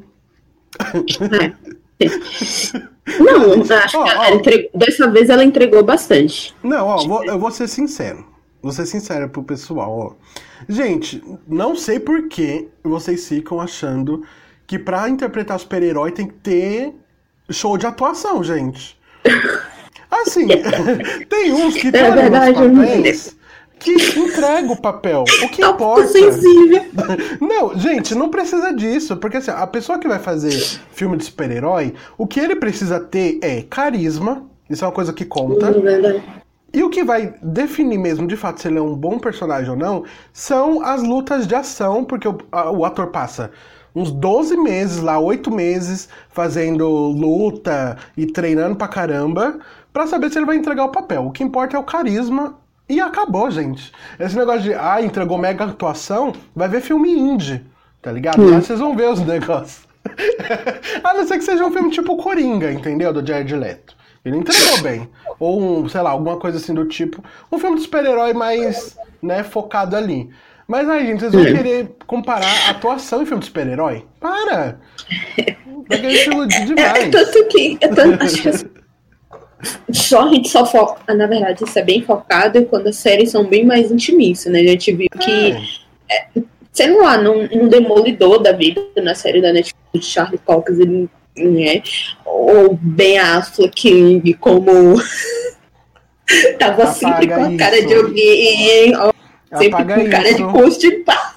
Não, acho que dessa vez ela entregou bastante. Não, ó, eu vou ser sincero. Vou ser sincero pro pessoal, ó. Gente, não sei por que vocês ficam achando que pra interpretar super-herói tem que ter show de atuação, gente. Assim, tem uns que tem papéis que entregam o papel. O que importa? Sensível. Não, gente, não precisa disso. Porque assim, a pessoa que vai fazer filme de super-herói, o que ele precisa ter é carisma. Isso é uma coisa que conta. E o que vai definir mesmo, de fato, se ele é um bom personagem ou não, são as lutas de ação, porque o ator passa uns 12 meses lá, 8 meses, fazendo luta e treinando pra caramba, pra saber se ele vai entregar o papel. O que importa é o carisma e acabou, gente. Esse negócio de, entregou mega atuação, vai ver filme indie, tá ligado? Lá vocês vão ver os negócios. A não ser que seja um filme tipo Coringa, entendeu? Do Jared Leto. Ele entregou bem. Ou, sei lá, alguma coisa assim do tipo. Um filme de super-herói mais, né, focado ali. Mas aí, gente, vocês vão querer comparar atuação em filme de super-herói? Para! Vai querer se iludir demais. Acho que a gente só foca, na verdade, isso é bem focado quando as séries são bem mais intimistas, né? A gente viu que, sei lá, num Demolidor da vida, na série da Netflix, de Charlie Cox, ele, né? Ou Ben Affleck, como tava sempre com a cara de alguém, sempre com cara de constipado.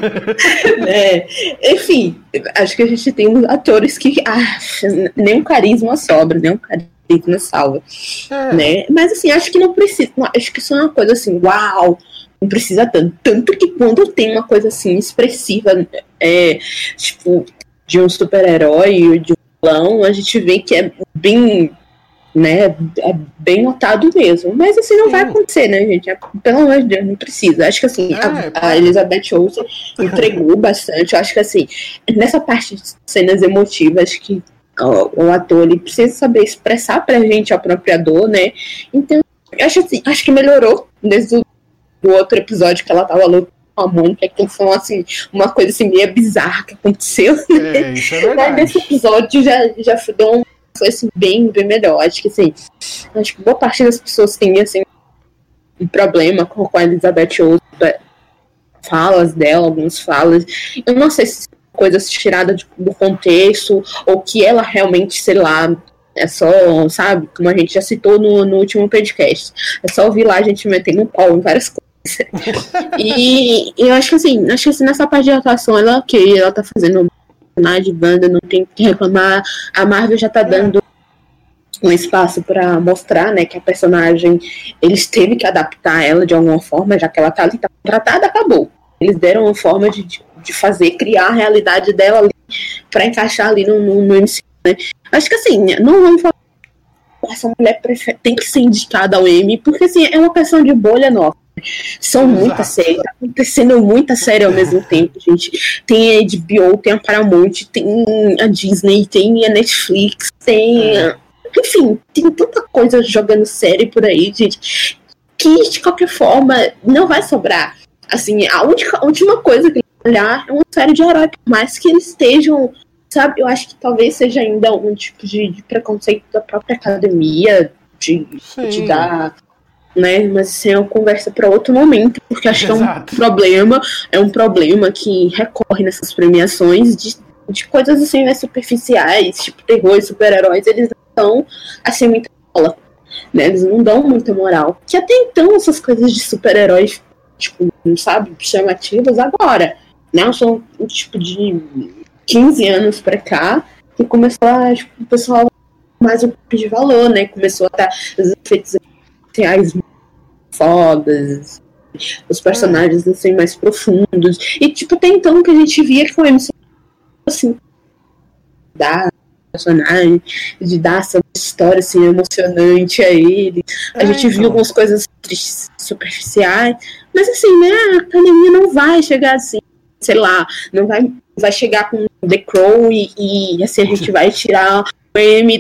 Enfim, acho que a gente tem atores que nem um carisma sobra, nem um carisma salva, né? Mas assim, acho que não precisa, acho que isso é uma coisa assim, uau, não precisa tanto que quando tem uma coisa assim expressiva, tipo, de um super-herói ou de um vilão, a gente vê que é bem, né, é bem notado mesmo. Mas assim, não vai acontecer, né, gente? Pelo amor de Deus, não precisa. Acho que assim, a Elizabeth Olsen entregou bastante. Eu acho que assim, nessa parte de cenas emotivas, acho que o ator, ele precisa saber expressar pra gente a própria dor, né? Então, acho que melhorou desde o outro episódio que ela tava lutando com a Mônica, que foi assim, uma coisa assim meio bizarra que aconteceu, né? Isso é verdade. Mas nesse episódio já foi assim, bem melhor. Acho que boa parte das pessoas tem assim um problema com a Elizabeth Olsen, falas dela, algumas falas. Eu não sei se são coisas tiradas do contexto, ou que ela realmente, sei lá, é só, sabe, como a gente já citou no último podcast, é só ouvir lá a gente metendo um pau em várias coisas. E eu acho que assim, nessa parte de atuação ela ela tá fazendo de banda, não tem que reclamar. A Marvel já tá dando um espaço para mostrar, né, que a personagem, eles teve que adaptar ela de alguma forma, já que ela tá ali, tá contratada, acabou. Eles deram uma forma de criar a realidade dela ali, pra encaixar ali no MCU, né? Acho que assim, não vamos falar essa mulher tem que ser indicada ao Emmy, porque assim, é uma questão de bolha nova. São muitas séries, tá acontecendo muita série ao mesmo tempo, gente. Tem a HBO, tem a Paramount, tem a Disney, tem a Netflix, enfim, tem tanta coisa jogando série por aí, gente, que de qualquer forma não vai sobrar. Assim, a última coisa que eu olhar é uma série de herói, por mais que eles estejam, sabe, eu acho que talvez seja ainda um tipo de preconceito da própria academia, de dar, né, mas assim, é uma conversa para outro momento, porque acho que é um problema que recorre nessas premiações de coisas assim, né, superficiais, tipo terror e super-heróis, eles não dão assim muita bola, né, eles não dão muita moral, que até então essas coisas de super-heróis, tipo, não sabe, chamativas agora, né, são um tipo de 15 anos pra cá, que começou tipo, o pessoal mais um pouco de valor, né, começou a dar os efeitos reais fodas, os personagens assim mais profundos, e tipo, até então que a gente via que o MCU assim, dar personagem, de dar essa história assim vai a ele, a gente viu algumas coisas tristes, superficiais, mas assim, né, a academia não vai chegar assim, sei lá, não vai chegar com The Crown e assim a gente vai tirar o M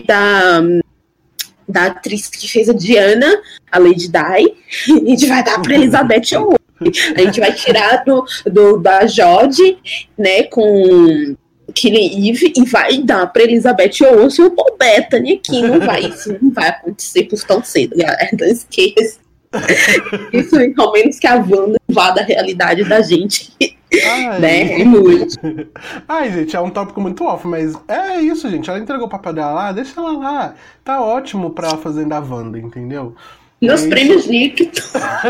da atriz que fez a Diana, a Lady Di, e a gente vai dar pra Elizabeth Olsen. A gente vai tirar da Jodie, né, com Killing Eve, e vai dar pra Elizabeth Olsen o Paul Bettany aqui. Isso não vai acontecer por tão cedo, galera. Não esqueça. Isso, ao menos que a Wanda vá da realidade da gente. Né? Muito. Ai, gente, é um tópico muito off, mas é isso, gente. Ela entregou o papel dela lá, deixa ela lá. Tá ótimo pra ela fazer da Wanda, entendeu? Nos prêmios líquidos.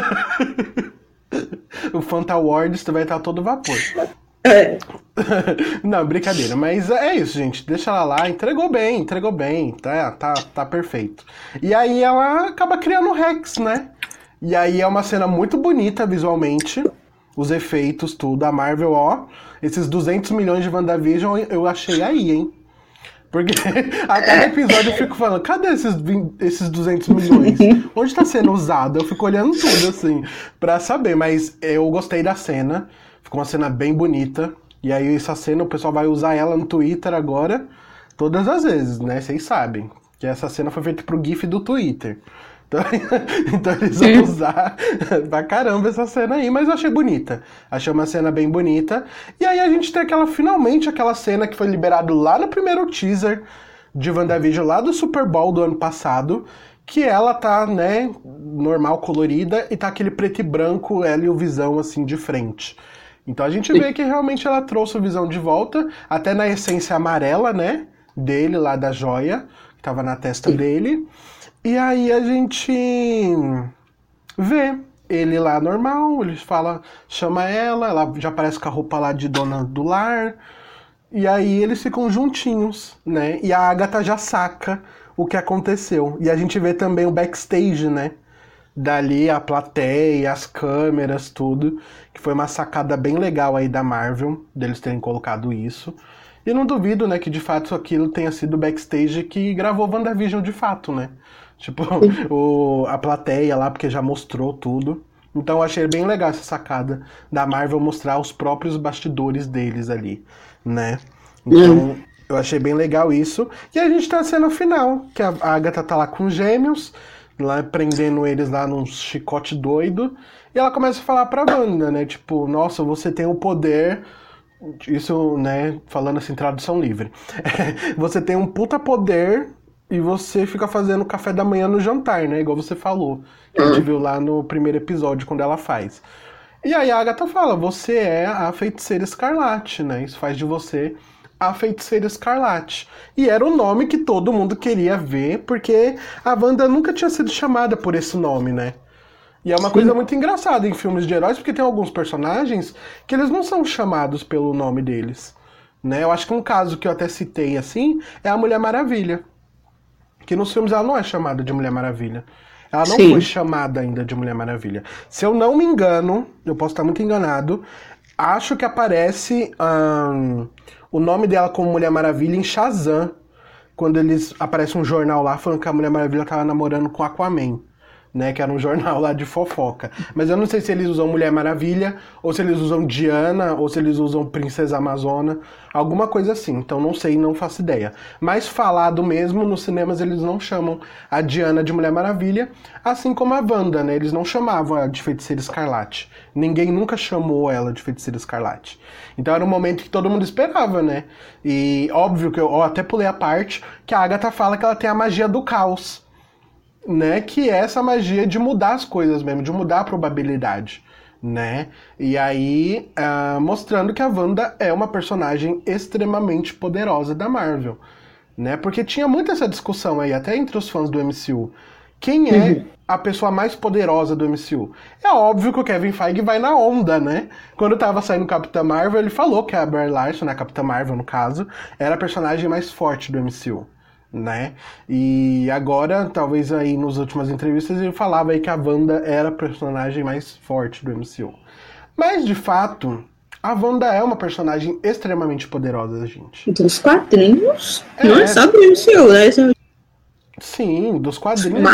O Fanta Awards vai estar todo vapor. Não, brincadeira, mas é isso, gente. Deixa ela lá, entregou bem, tá perfeito. E aí ela acaba criando o Rex, né? E aí é uma cena muito bonita visualmente, os efeitos, tudo. A Marvel, ó, esses 200 milhões de WandaVision eu achei aí, hein? Porque a cada episódio eu fico falando, cadê esses 200 milhões? Onde tá sendo usado? Eu fico olhando tudo, assim, pra saber. Mas eu gostei da cena, ficou uma cena bem bonita. E aí essa cena o pessoal vai usar ela no Twitter agora, todas as vezes, né? Vocês sabem que essa cena foi feita pro GIF do Twitter. Então eles vão usar pra caramba essa cena aí, mas eu achei bonita. Achei uma cena bem bonita. E aí a gente tem finalmente aquela cena que foi liberado lá no primeiro teaser de WandaVision, lá do Super Bowl do ano passado, que ela tá, né, normal, colorida, e tá aquele preto e branco, ela e o Visão, assim, de frente. Então a gente vê que realmente ela trouxe o Visão de volta, até na essência amarela, né, dele, lá da joia, que tava na testa dele. E aí a gente vê ele lá normal, ele chama ela já aparece com a roupa lá de dona do lar, e aí eles ficam juntinhos, né? E a Agatha já saca o que aconteceu. E a gente vê também o backstage, né? Dali a plateia, as câmeras, tudo, que foi uma sacada bem legal aí da Marvel, deles terem colocado isso. E não duvido, né, que de fato aquilo tenha sido o backstage que gravou WandaVision de fato, né? Tipo, a plateia lá, porque já mostrou tudo. Então eu achei bem legal essa sacada da Marvel mostrar os próprios bastidores deles ali, né? Então eu achei bem legal isso. E a gente tá na cena final, que a Agatha tá lá com os gêmeos, lá prendendo eles lá num chicote doido. E ela começa a falar pra Wanda, né? Tipo, nossa, você tem o poder... Isso, né, falando assim, tradução livre. Você tem um puta poder e você fica fazendo café da manhã no jantar, né? Igual você falou. Que a gente viu lá no primeiro episódio, quando ela faz. E aí a Agatha fala, você é a Feiticeira Escarlate, né? Isso faz de você a Feiticeira Escarlate. E era o nome que todo mundo queria ver, porque a Wanda nunca tinha sido chamada por esse nome, né? E é uma coisa muito engraçada em filmes de heróis, porque tem alguns personagens que eles não são chamados pelo nome deles, né? Eu acho que um caso que eu até citei, assim, é a Mulher Maravilha. Que nos filmes ela não é chamada de Mulher Maravilha. Ela não foi chamada ainda de Mulher Maravilha. Se eu não me engano, eu posso estar muito enganado, acho que aparece o nome dela como Mulher Maravilha em Shazam, quando aparece um jornal lá falando que a Mulher Maravilha estava namorando com Aquaman. Né, que era um jornal lá de fofoca. Mas eu não sei se eles usam Mulher Maravilha, ou se eles usam Diana, ou se eles usam Princesa Amazona, alguma coisa assim. Então não sei, não faço ideia. Mas falado mesmo, nos cinemas eles não chamam a Diana de Mulher Maravilha, assim como a Wanda, né? Eles não chamavam ela de Feiticeira Escarlate. Ninguém nunca chamou ela de Feiticeira Escarlate. Então era um momento que todo mundo esperava, né? E óbvio que eu até pulei a parte que a Agatha fala que ela tem a magia do caos, né, que é essa magia de mudar as coisas mesmo, de mudar a probabilidade, né, e aí mostrando que a Wanda é uma personagem extremamente poderosa da Marvel, né, porque tinha muito essa discussão aí, até entre os fãs do MCU, quem é a pessoa mais poderosa do MCU? É óbvio que o Kevin Feige vai na onda, né, quando tava saindo Capitã Marvel, ele falou que a Brie Larson, a Capitã Marvel no caso, era a personagem mais forte do MCU. Né? E agora, talvez aí nas últimas entrevistas, ele falava aí que a Wanda era a personagem mais forte do MCU. Mas, de fato, a Wanda é uma personagem extremamente poderosa, gente. Dos quadrinhos, não é só do MCU, né? Sim, dos quadrinhos.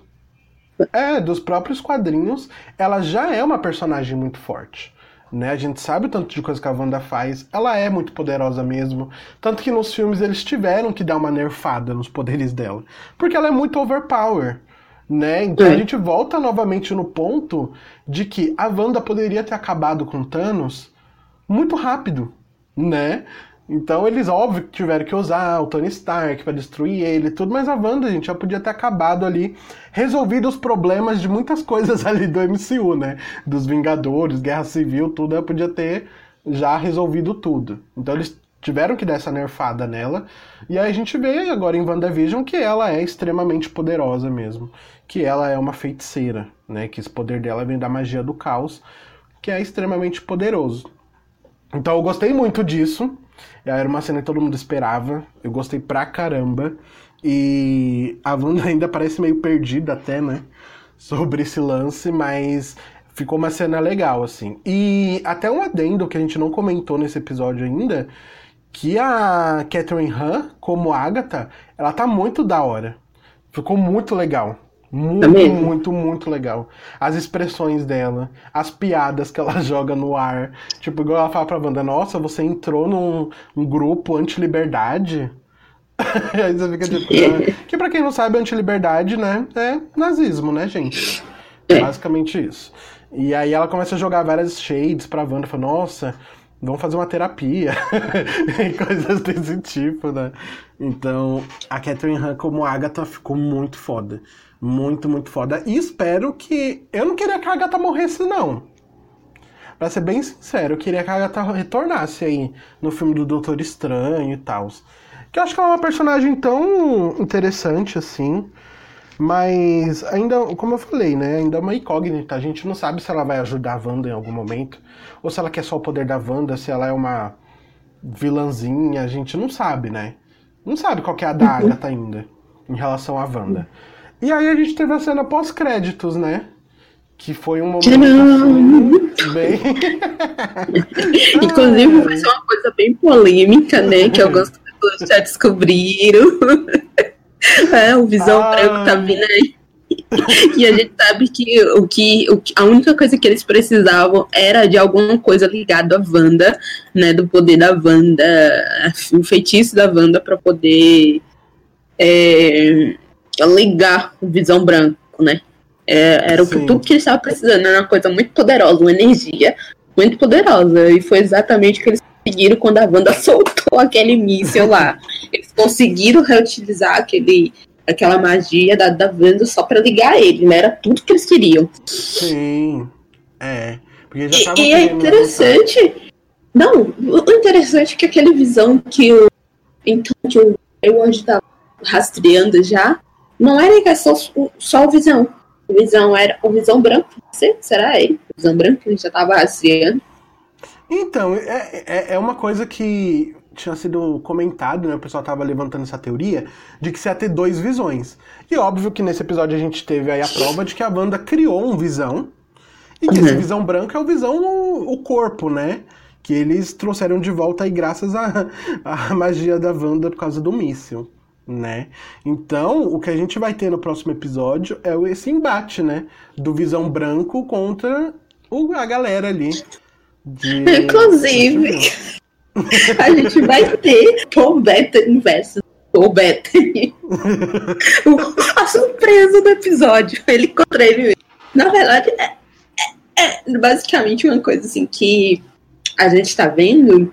Dos próprios quadrinhos, ela já é uma personagem muito forte. Né? A gente sabe o tanto de coisa que a Wanda faz, ela é muito poderosa mesmo, tanto que nos filmes eles tiveram que dar uma nerfada nos poderes dela, porque ela é muito overpower, né? Então a gente volta novamente no ponto de que a Wanda poderia ter acabado com Thanos muito rápido, né? Então eles, óbvio, que tiveram que usar o Tony Stark pra destruir ele e tudo, mas a Wanda, gente, já podia ter acabado ali, resolvido os problemas de muitas coisas ali do MCU, né? Dos Vingadores, Guerra Civil, tudo, ela podia ter já resolvido tudo. Então eles tiveram que dar essa nerfada nela, e aí a gente vê agora em WandaVision que ela é extremamente poderosa mesmo, que ela é uma feiticeira, né? Que esse poder dela vem da magia do caos, que é extremamente poderoso. Então eu gostei muito disso. Era uma cena que todo mundo esperava. Eu gostei pra caramba. E a Wanda ainda parece meio perdida até, né? sobre esse lance, mas ficou uma cena legal, assim. E até um adendo que a gente não comentou nesse episódio ainda, que a Catherine Han, como Agatha, ela tá muito da hora. Ficou muito legal. Muito, muito, muito legal. As expressões dela, as piadas que ela joga no ar. Tipo, igual ela fala pra Wanda, nossa, você entrou num grupo anti-liberdade? Aí você fica tipo... Que pra quem não sabe, anti-liberdade, né, é nazismo, né, gente? Basicamente isso. E aí ela começa a jogar várias shades pra Wanda, fala, nossa, vamos fazer uma terapia. E coisas desse tipo, né? Então, a Catherine Han como Agatha ficou muito foda. Muito, muito foda. E espero que... Eu não queria que a Agatha morresse, não. Pra ser bem sincero, eu queria que a Agatha retornasse aí no filme do Doutor Estranho e tal. Que eu acho que ela é uma personagem tão interessante, assim. Mas ainda, como eu falei, né? Ainda é uma incógnita. A gente não sabe se ela vai ajudar a Wanda em algum momento. Ou se ela quer só o poder da Wanda, se ela é uma vilãzinha. A gente não sabe, né? Não sabe qual que é a da Agatha ainda, em relação à Wanda. E aí a gente teve a cena pós-créditos, né? Que foi um momento assim, bem... Inclusive vai ser uma coisa bem polêmica, né? Que algumas pessoas já descobriram. O Visão Branco tá vindo aí. E a gente sabe que a única coisa que eles precisavam era de alguma coisa ligada à Wanda, né? Do poder da Wanda, o feitiço da Wanda pra poder ligar o Visão Branco, né? Era tudo que eles estavam precisando, era uma coisa muito poderosa, uma energia muito poderosa. E foi exatamente o que eles conseguiram quando a Wanda soltou aquele míssil lá. Eles conseguiram reutilizar aquela magia da Wanda só pra ligar ele, né? Era tudo que eles queriam. Sim, porque já tava é interessante. Não, o interessante é que aquele Visão que o Anjo tava rastreando já, não era só o Visão. O Visão era o Visão Branco. Será ele? O Visão Branco que a gente já tava rastreando. Então, é uma coisa que tinha sido comentado, né? O pessoal tava levantando essa teoria de que você ia ter 2 visões. E óbvio que nesse episódio a gente teve aí a prova de que a Wanda criou um Visão. E que esse Visão Branco é o Visão, o corpo, né? Que eles trouxeram de volta aí graças à magia da Wanda por causa do míssil, né? Então, o que a gente vai ter no próximo episódio é esse embate, né? Do Visão Branco contra a galera ali. Inclusive, a gente vai ter Paul Bettany versus Paul Bettany. A surpresa do episódio. Ele contra ele mesmo. Na verdade, é basicamente uma coisa assim que a gente tá vendo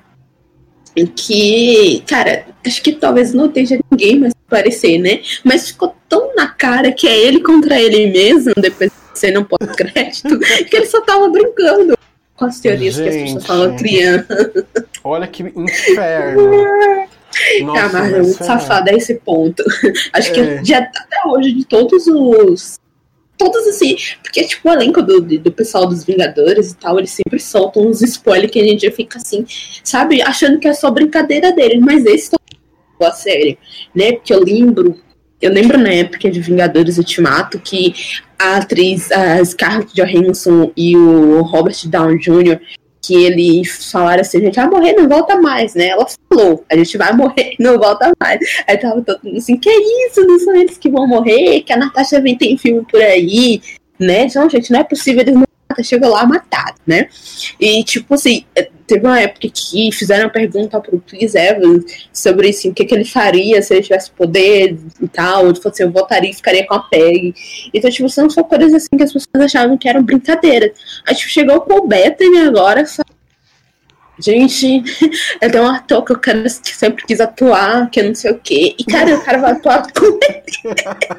que, cara, acho que talvez não esteja ninguém mais parecer, né? Mas ficou tão na cara que é ele contra ele mesmo, depois de ser no pós-crédito, que ele só tava brincando com as teorias que as pessoas estavam criando. Olha que inferno. Nossa, a Marvel é muito safada a esse ponto. Acho que até hoje, de todos assim, porque tipo o elenco do pessoal dos Vingadores e tal, eles sempre soltam uns spoilers que a gente já fica assim, sabe, achando que é só brincadeira deles, mas esse é a sério, né? Porque eu lembro na época de Vingadores Ultimato que a atriz, a Scarlett Johansson e o Robert Downey Jr., que eles falaram assim, a gente vai morrer, não volta mais, né? Ela falou, a gente vai morrer, não volta mais. Aí tava todo mundo assim, que isso? Não são eles que vão morrer, que a Natasha vem tem filme por aí, né? Então, gente, não é possível eles não chegou lá matado, né? E, tipo assim, teve uma época que fizeram uma pergunta pro Chris Evans sobre, assim, o que ele faria se ele tivesse poder e tal. Ele falou assim, eu voltaria e ficaria com a Peggy. Então, tipo, são só coisas assim que as pessoas achavam que eram brincadeira. Aí, tipo, chegou o Paul Bettany agora, gente, eu tenho um ator que eu sempre quis atuar, que eu não sei o quê. E, cara, o cara vai atuar com ele.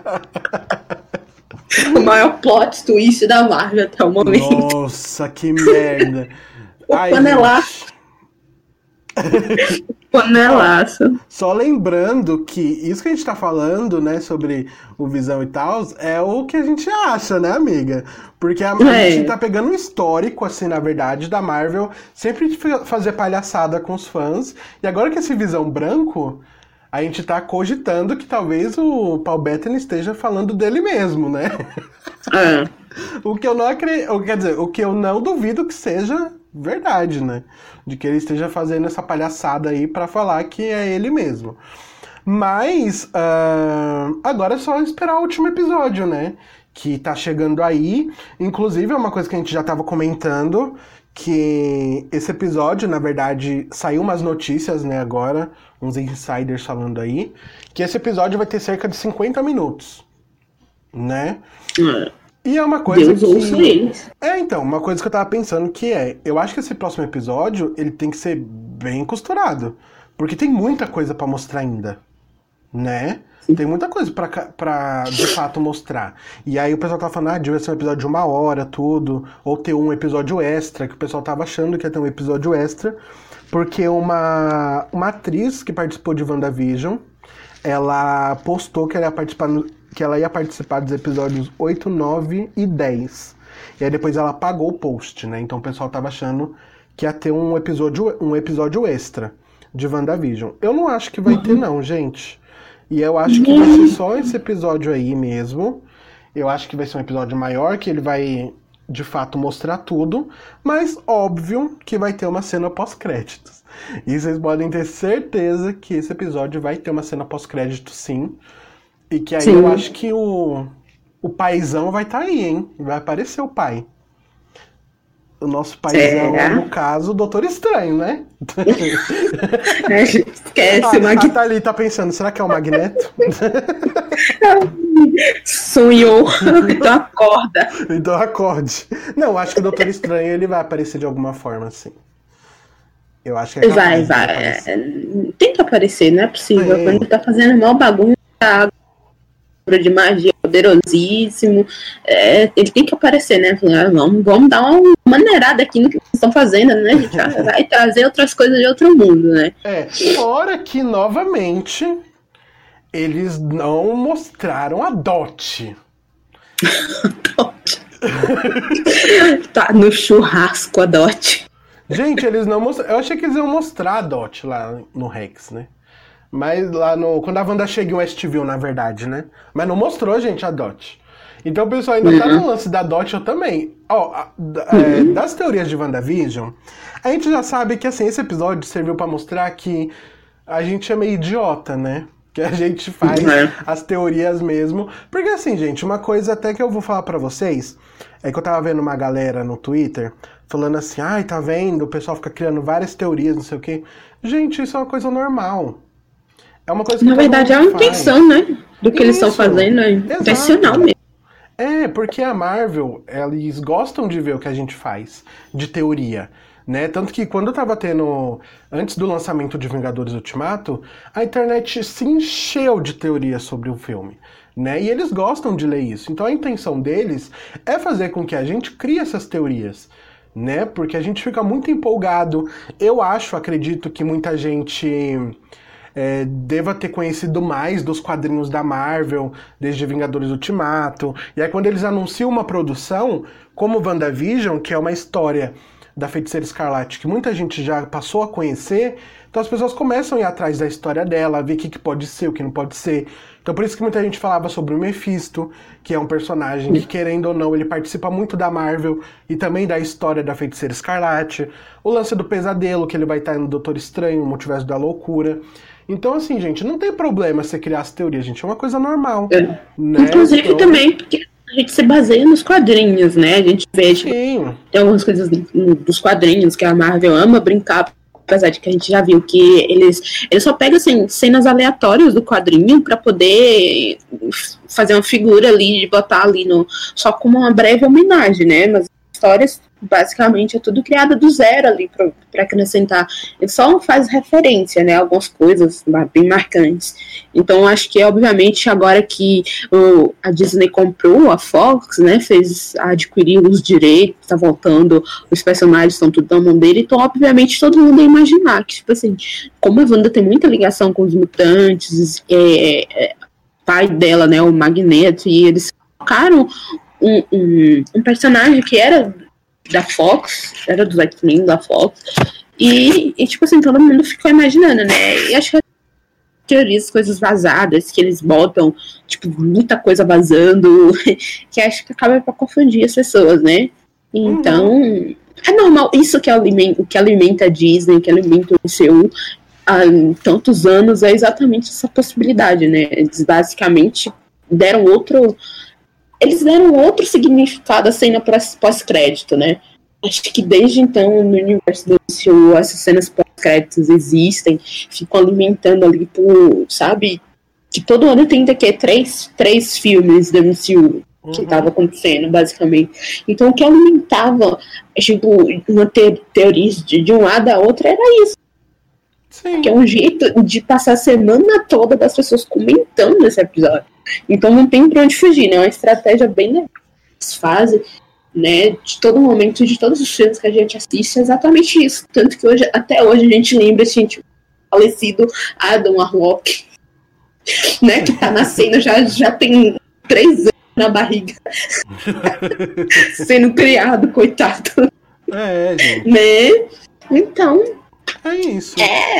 O maior plot twist da Marvel até o momento. Nossa, que merda. O panelaço. Panelaço. Só lembrando que isso que a gente tá falando, né, sobre o Visão e tal, é o que a gente acha, né, amiga? Porque a gente tá pegando um histórico, assim, na verdade, da Marvel sempre fazer palhaçada com os fãs. E agora que esse Visão Branco, a gente tá cogitando que talvez o Paul Bettany esteja falando dele mesmo, né? O que eu não acredito, quer dizer, o que eu não duvido que seja verdade, né? De que ele esteja fazendo essa palhaçada aí pra falar que é ele mesmo. Mas agora é só esperar o último episódio, né? Que tá chegando aí. Inclusive, é uma coisa que a gente já tava comentando, que esse episódio, na verdade, saiu umas notícias, né, agora, uns insiders falando aí, que esse episódio vai ter cerca de 50 minutos, né? E é uma coisa Deus ouça eles. Então, uma coisa que eu tava pensando eu acho que esse próximo episódio, ele tem que ser bem costurado, porque tem muita coisa pra mostrar ainda, né? Tem muita coisa pra de fato mostrar. E aí o pessoal tava falando, devia ser um episódio de 1 hora, tudo, ou ter um episódio extra, que o pessoal tava achando que ia ter um episódio extra, porque uma atriz que participou de WandaVision, ela postou que ela ia participar dos episódios 8, 9 e 10. E aí depois ela apagou o post, né? Então o pessoal tava achando que ia ter um episódio extra de WandaVision. Eu não acho que vai ter não, gente. E eu acho que vai ser só esse episódio aí mesmo. Eu acho que vai ser um episódio maior, que ele vai, de fato, mostrar tudo. Mas, óbvio, que vai ter uma cena pós-créditos. E vocês podem ter certeza que esse episódio vai ter uma cena pós-créditos, sim. E que aí eu acho que o paizão vai estar aí, hein? Vai aparecer o pai. O nosso paizão, no caso, o Doutor Estranho, né? Esquece o Magneto. A Thalita tá pensando, será que é o Magneto? Sonhou. Então acorda. Então acorde. Não, acho que o Doutor Estranho ele vai aparecer de alguma forma, assim. Eu acho que é capaz vai. Tem que aparecer, não é possível. Quando ele tá fazendo mal bagunça, de magia poderosíssimo, ele tem que aparecer, né? Vamos dar uma maneirada aqui no que eles estão fazendo, né? A gente vai trazer outras coisas de outro mundo, né? Fora que, novamente, eles não mostraram a Dot. Tá no churrasco a Dot. Gente, eles não mostraram. Eu achei que eles iam mostrar a Dot lá no Rex, né? Mas lá quando a Wanda chega em Westview, na verdade, né? Mas não mostrou, gente, a Dot. Então o pessoal ainda tá no lance da Dot, eu também. Das teorias de WandaVision, a gente já sabe que, assim, esse episódio serviu pra mostrar que a gente é meio idiota, né? Que a gente faz as teorias mesmo. Porque, assim, gente, uma coisa até que eu vou falar pra vocês, é que eu tava vendo uma galera no Twitter falando assim, tá vendo? O pessoal fica criando várias teorias, não sei o quê. Gente, isso é uma coisa normal. É uma coisa que na verdade é uma intenção, né? Do que eles estão fazendo, é intencional mesmo. Porque a Marvel, eles gostam de ver o que a gente faz de teoria, né? Tanto que quando tava tendo, antes do lançamento de Vingadores Ultimato, a internet se encheu de teorias sobre o filme, né? E eles gostam de ler isso. Então a intenção deles é fazer com que a gente crie essas teorias, né? Porque a gente fica muito empolgado. Eu acredito que muita gente deva ter conhecido mais dos quadrinhos da Marvel desde Vingadores Ultimato. E aí quando eles anunciam uma produção como WandaVision, que é uma história da Feiticeira Escarlate que muita gente já passou a conhecer, então as pessoas começam a ir atrás da história dela, a ver o que pode ser, o que não pode ser. Então por isso que muita gente falava sobre o Mephisto, que é um personagem que, querendo ou não, ele participa muito da Marvel e também da história da Feiticeira Escarlate. O lance do Pesadelo, que ele vai estar no Doutor Estranho, o Multiverso da Loucura. Então, assim, gente, não tem problema você criar as teorias, gente. É uma coisa normal. Né? Inclusive também, porque a gente se baseia nos quadrinhos, né? A gente vê, tem algumas coisas dos quadrinhos que a Marvel ama brincar, apesar de que a gente já viu que eles só pegam, assim, cenas aleatórias do quadrinho pra poder fazer uma figura ali, de botar ali só como uma breve homenagem, né? Mas histórias basicamente é tudo criado do zero ali para acrescentar. Ele só faz referência, né, a algumas coisas bem marcantes. Então acho que obviamente agora que a Disney comprou a Fox, né, adquiriu os direitos, tá voltando, os personagens estão tudo na mão dele, então obviamente todo mundo ia imaginar que, tipo assim, como a Wanda tem muita ligação com os mutantes, pai dela, né, o Magneto, e eles colocaram um personagem que era da Fox, era dos X-Men da Fox, e tipo assim, todo mundo ficou imaginando, né, e acho que teorias, coisas vazadas, que eles botam, tipo, muita coisa vazando, que acho que acaba pra confundir as pessoas, né? Então, é normal, isso que o que alimenta a Disney, que alimenta o MCU há tantos anos, é exatamente essa possibilidade, né? Eles basicamente deram outro significado à cena pós-crédito, né? Acho que desde então, no universo do MCU, essas cenas pós-créditos existem, ficam alimentando ali por, sabe? Que todo ano tem daqui três filmes do MCU que estava acontecendo, basicamente. Então, o que alimentava, tipo, uma teoria de um lado a outra era isso. Sim. Que é um jeito de passar a semana toda das pessoas comentando esse episódio. Então, não tem pra onde fugir, né? É uma estratégia bem legal. Eles fazem, né, de todo momento, de todos os filmes que a gente assiste, é exatamente isso. Tanto que até hoje a gente lembra, gente, falecido Adam Warlock, né, que tá nascendo, já tem 3 anos na barriga, sendo criado, coitado. Gente. Né? Então, é isso.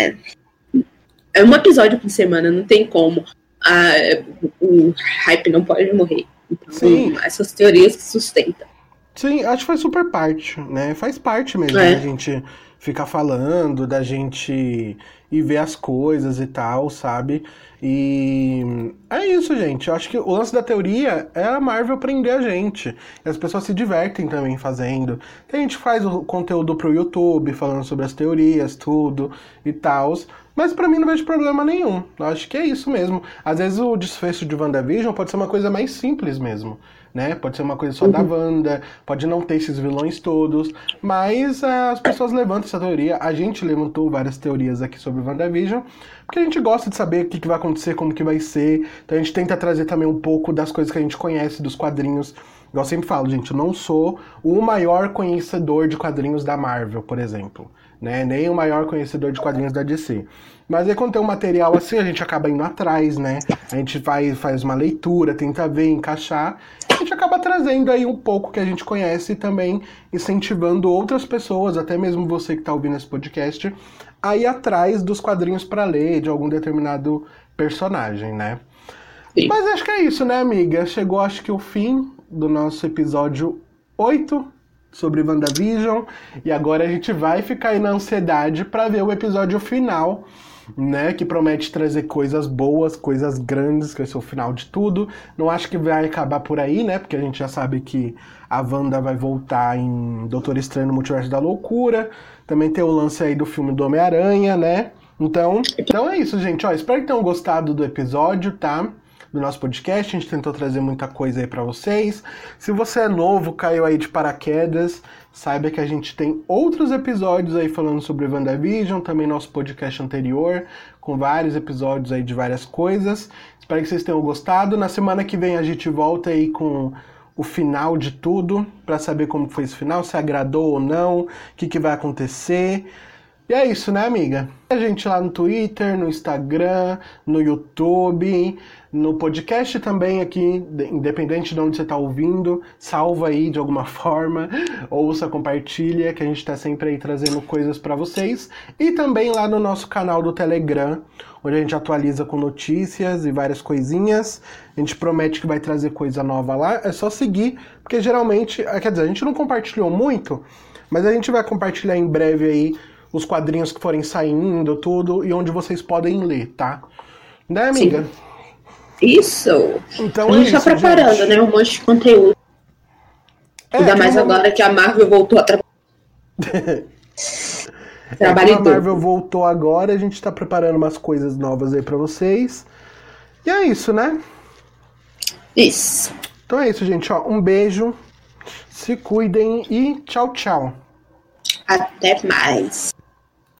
É um episódio por semana, não tem como. O hype não pode morrer. Então, Sim. Essas teorias que sustentam. Sim, acho que faz super parte, né? Faz parte mesmo da gente ficar falando, da gente ir ver as coisas e tal, sabe? E é isso, gente. Eu acho que o lance da teoria é a Marvel prender a gente. E as pessoas se divertem também fazendo. Tem gente que faz o conteúdo pro YouTube, falando sobre as teorias, tudo e tal. Mas pra mim não vejo problema nenhum. Eu acho que é isso mesmo. Às vezes o desfecho de WandaVision pode ser uma coisa mais simples mesmo, né? Pode ser uma coisa só da Wanda, pode não ter esses vilões todos, mas as pessoas levantam essa teoria. A gente levantou várias teorias aqui sobre WandaVision, porque a gente gosta de saber o que vai acontecer, como que vai ser. Então a gente tenta trazer também um pouco das coisas que a gente conhece, dos quadrinhos. Igual eu sempre falo, gente, eu não sou o maior conhecedor de quadrinhos da Marvel, por exemplo, né? Nem o maior conhecedor de quadrinhos da DC. Mas aí quando tem um material assim, a gente acaba indo atrás, né? A gente faz uma leitura, tenta ver, encaixar. A gente acaba trazendo aí um pouco que a gente conhece e também incentivando outras pessoas, até mesmo você que tá ouvindo esse podcast, a ir atrás dos quadrinhos pra ler de algum determinado personagem, né? Sim. Mas acho que é isso, né, amiga? Chegou, acho que o fim do nosso episódio 8 sobre WandaVision. E agora a gente vai ficar aí na ansiedade pra ver o episódio final, né? Que promete trazer coisas boas, coisas grandes, que vai ser o final de tudo. Não acho que vai acabar por aí, né? Porque a gente já sabe que a Wanda vai voltar em Doutor Estranho no Multiverso da Loucura. Também tem o lance aí do filme do Homem-Aranha, né? Então é isso, gente. Ó, espero que tenham gostado do episódio, tá? Do nosso podcast, a gente tentou trazer muita coisa aí pra vocês. Se você é novo, caiu aí de paraquedas, saiba que a gente tem outros episódios aí falando sobre WandaVision, também nosso podcast anterior, com vários episódios aí de várias coisas. Espero que vocês tenham gostado. Na semana que vem a gente volta aí com o final de tudo, pra saber como foi esse final, se agradou ou não, o que vai acontecer. E é isso, né, amiga? A gente lá no Twitter, no Instagram, no YouTube, no podcast também aqui, independente de onde você tá ouvindo, salva aí de alguma forma, ouça, compartilha, que a gente tá sempre aí trazendo coisas pra vocês. E também lá no nosso canal do Telegram, onde a gente atualiza com notícias e várias coisinhas. A gente promete que vai trazer coisa nova lá, é só seguir, porque geralmente, quer dizer, a gente não compartilhou muito, mas a gente vai compartilhar em breve aí os quadrinhos que forem saindo, tudo, e onde vocês podem ler, tá? Né, amiga? Sim. Isso! Então a gente tá preparando, gente, né, um monte de conteúdo. Ainda mais agora que a Marvel voltou a trabalhar. A Marvel voltou agora, a gente tá preparando umas coisas novas aí pra vocês. E é isso, né? Isso. Então é isso, gente. Ó, um beijo, se cuidem e tchau, tchau. Até mais.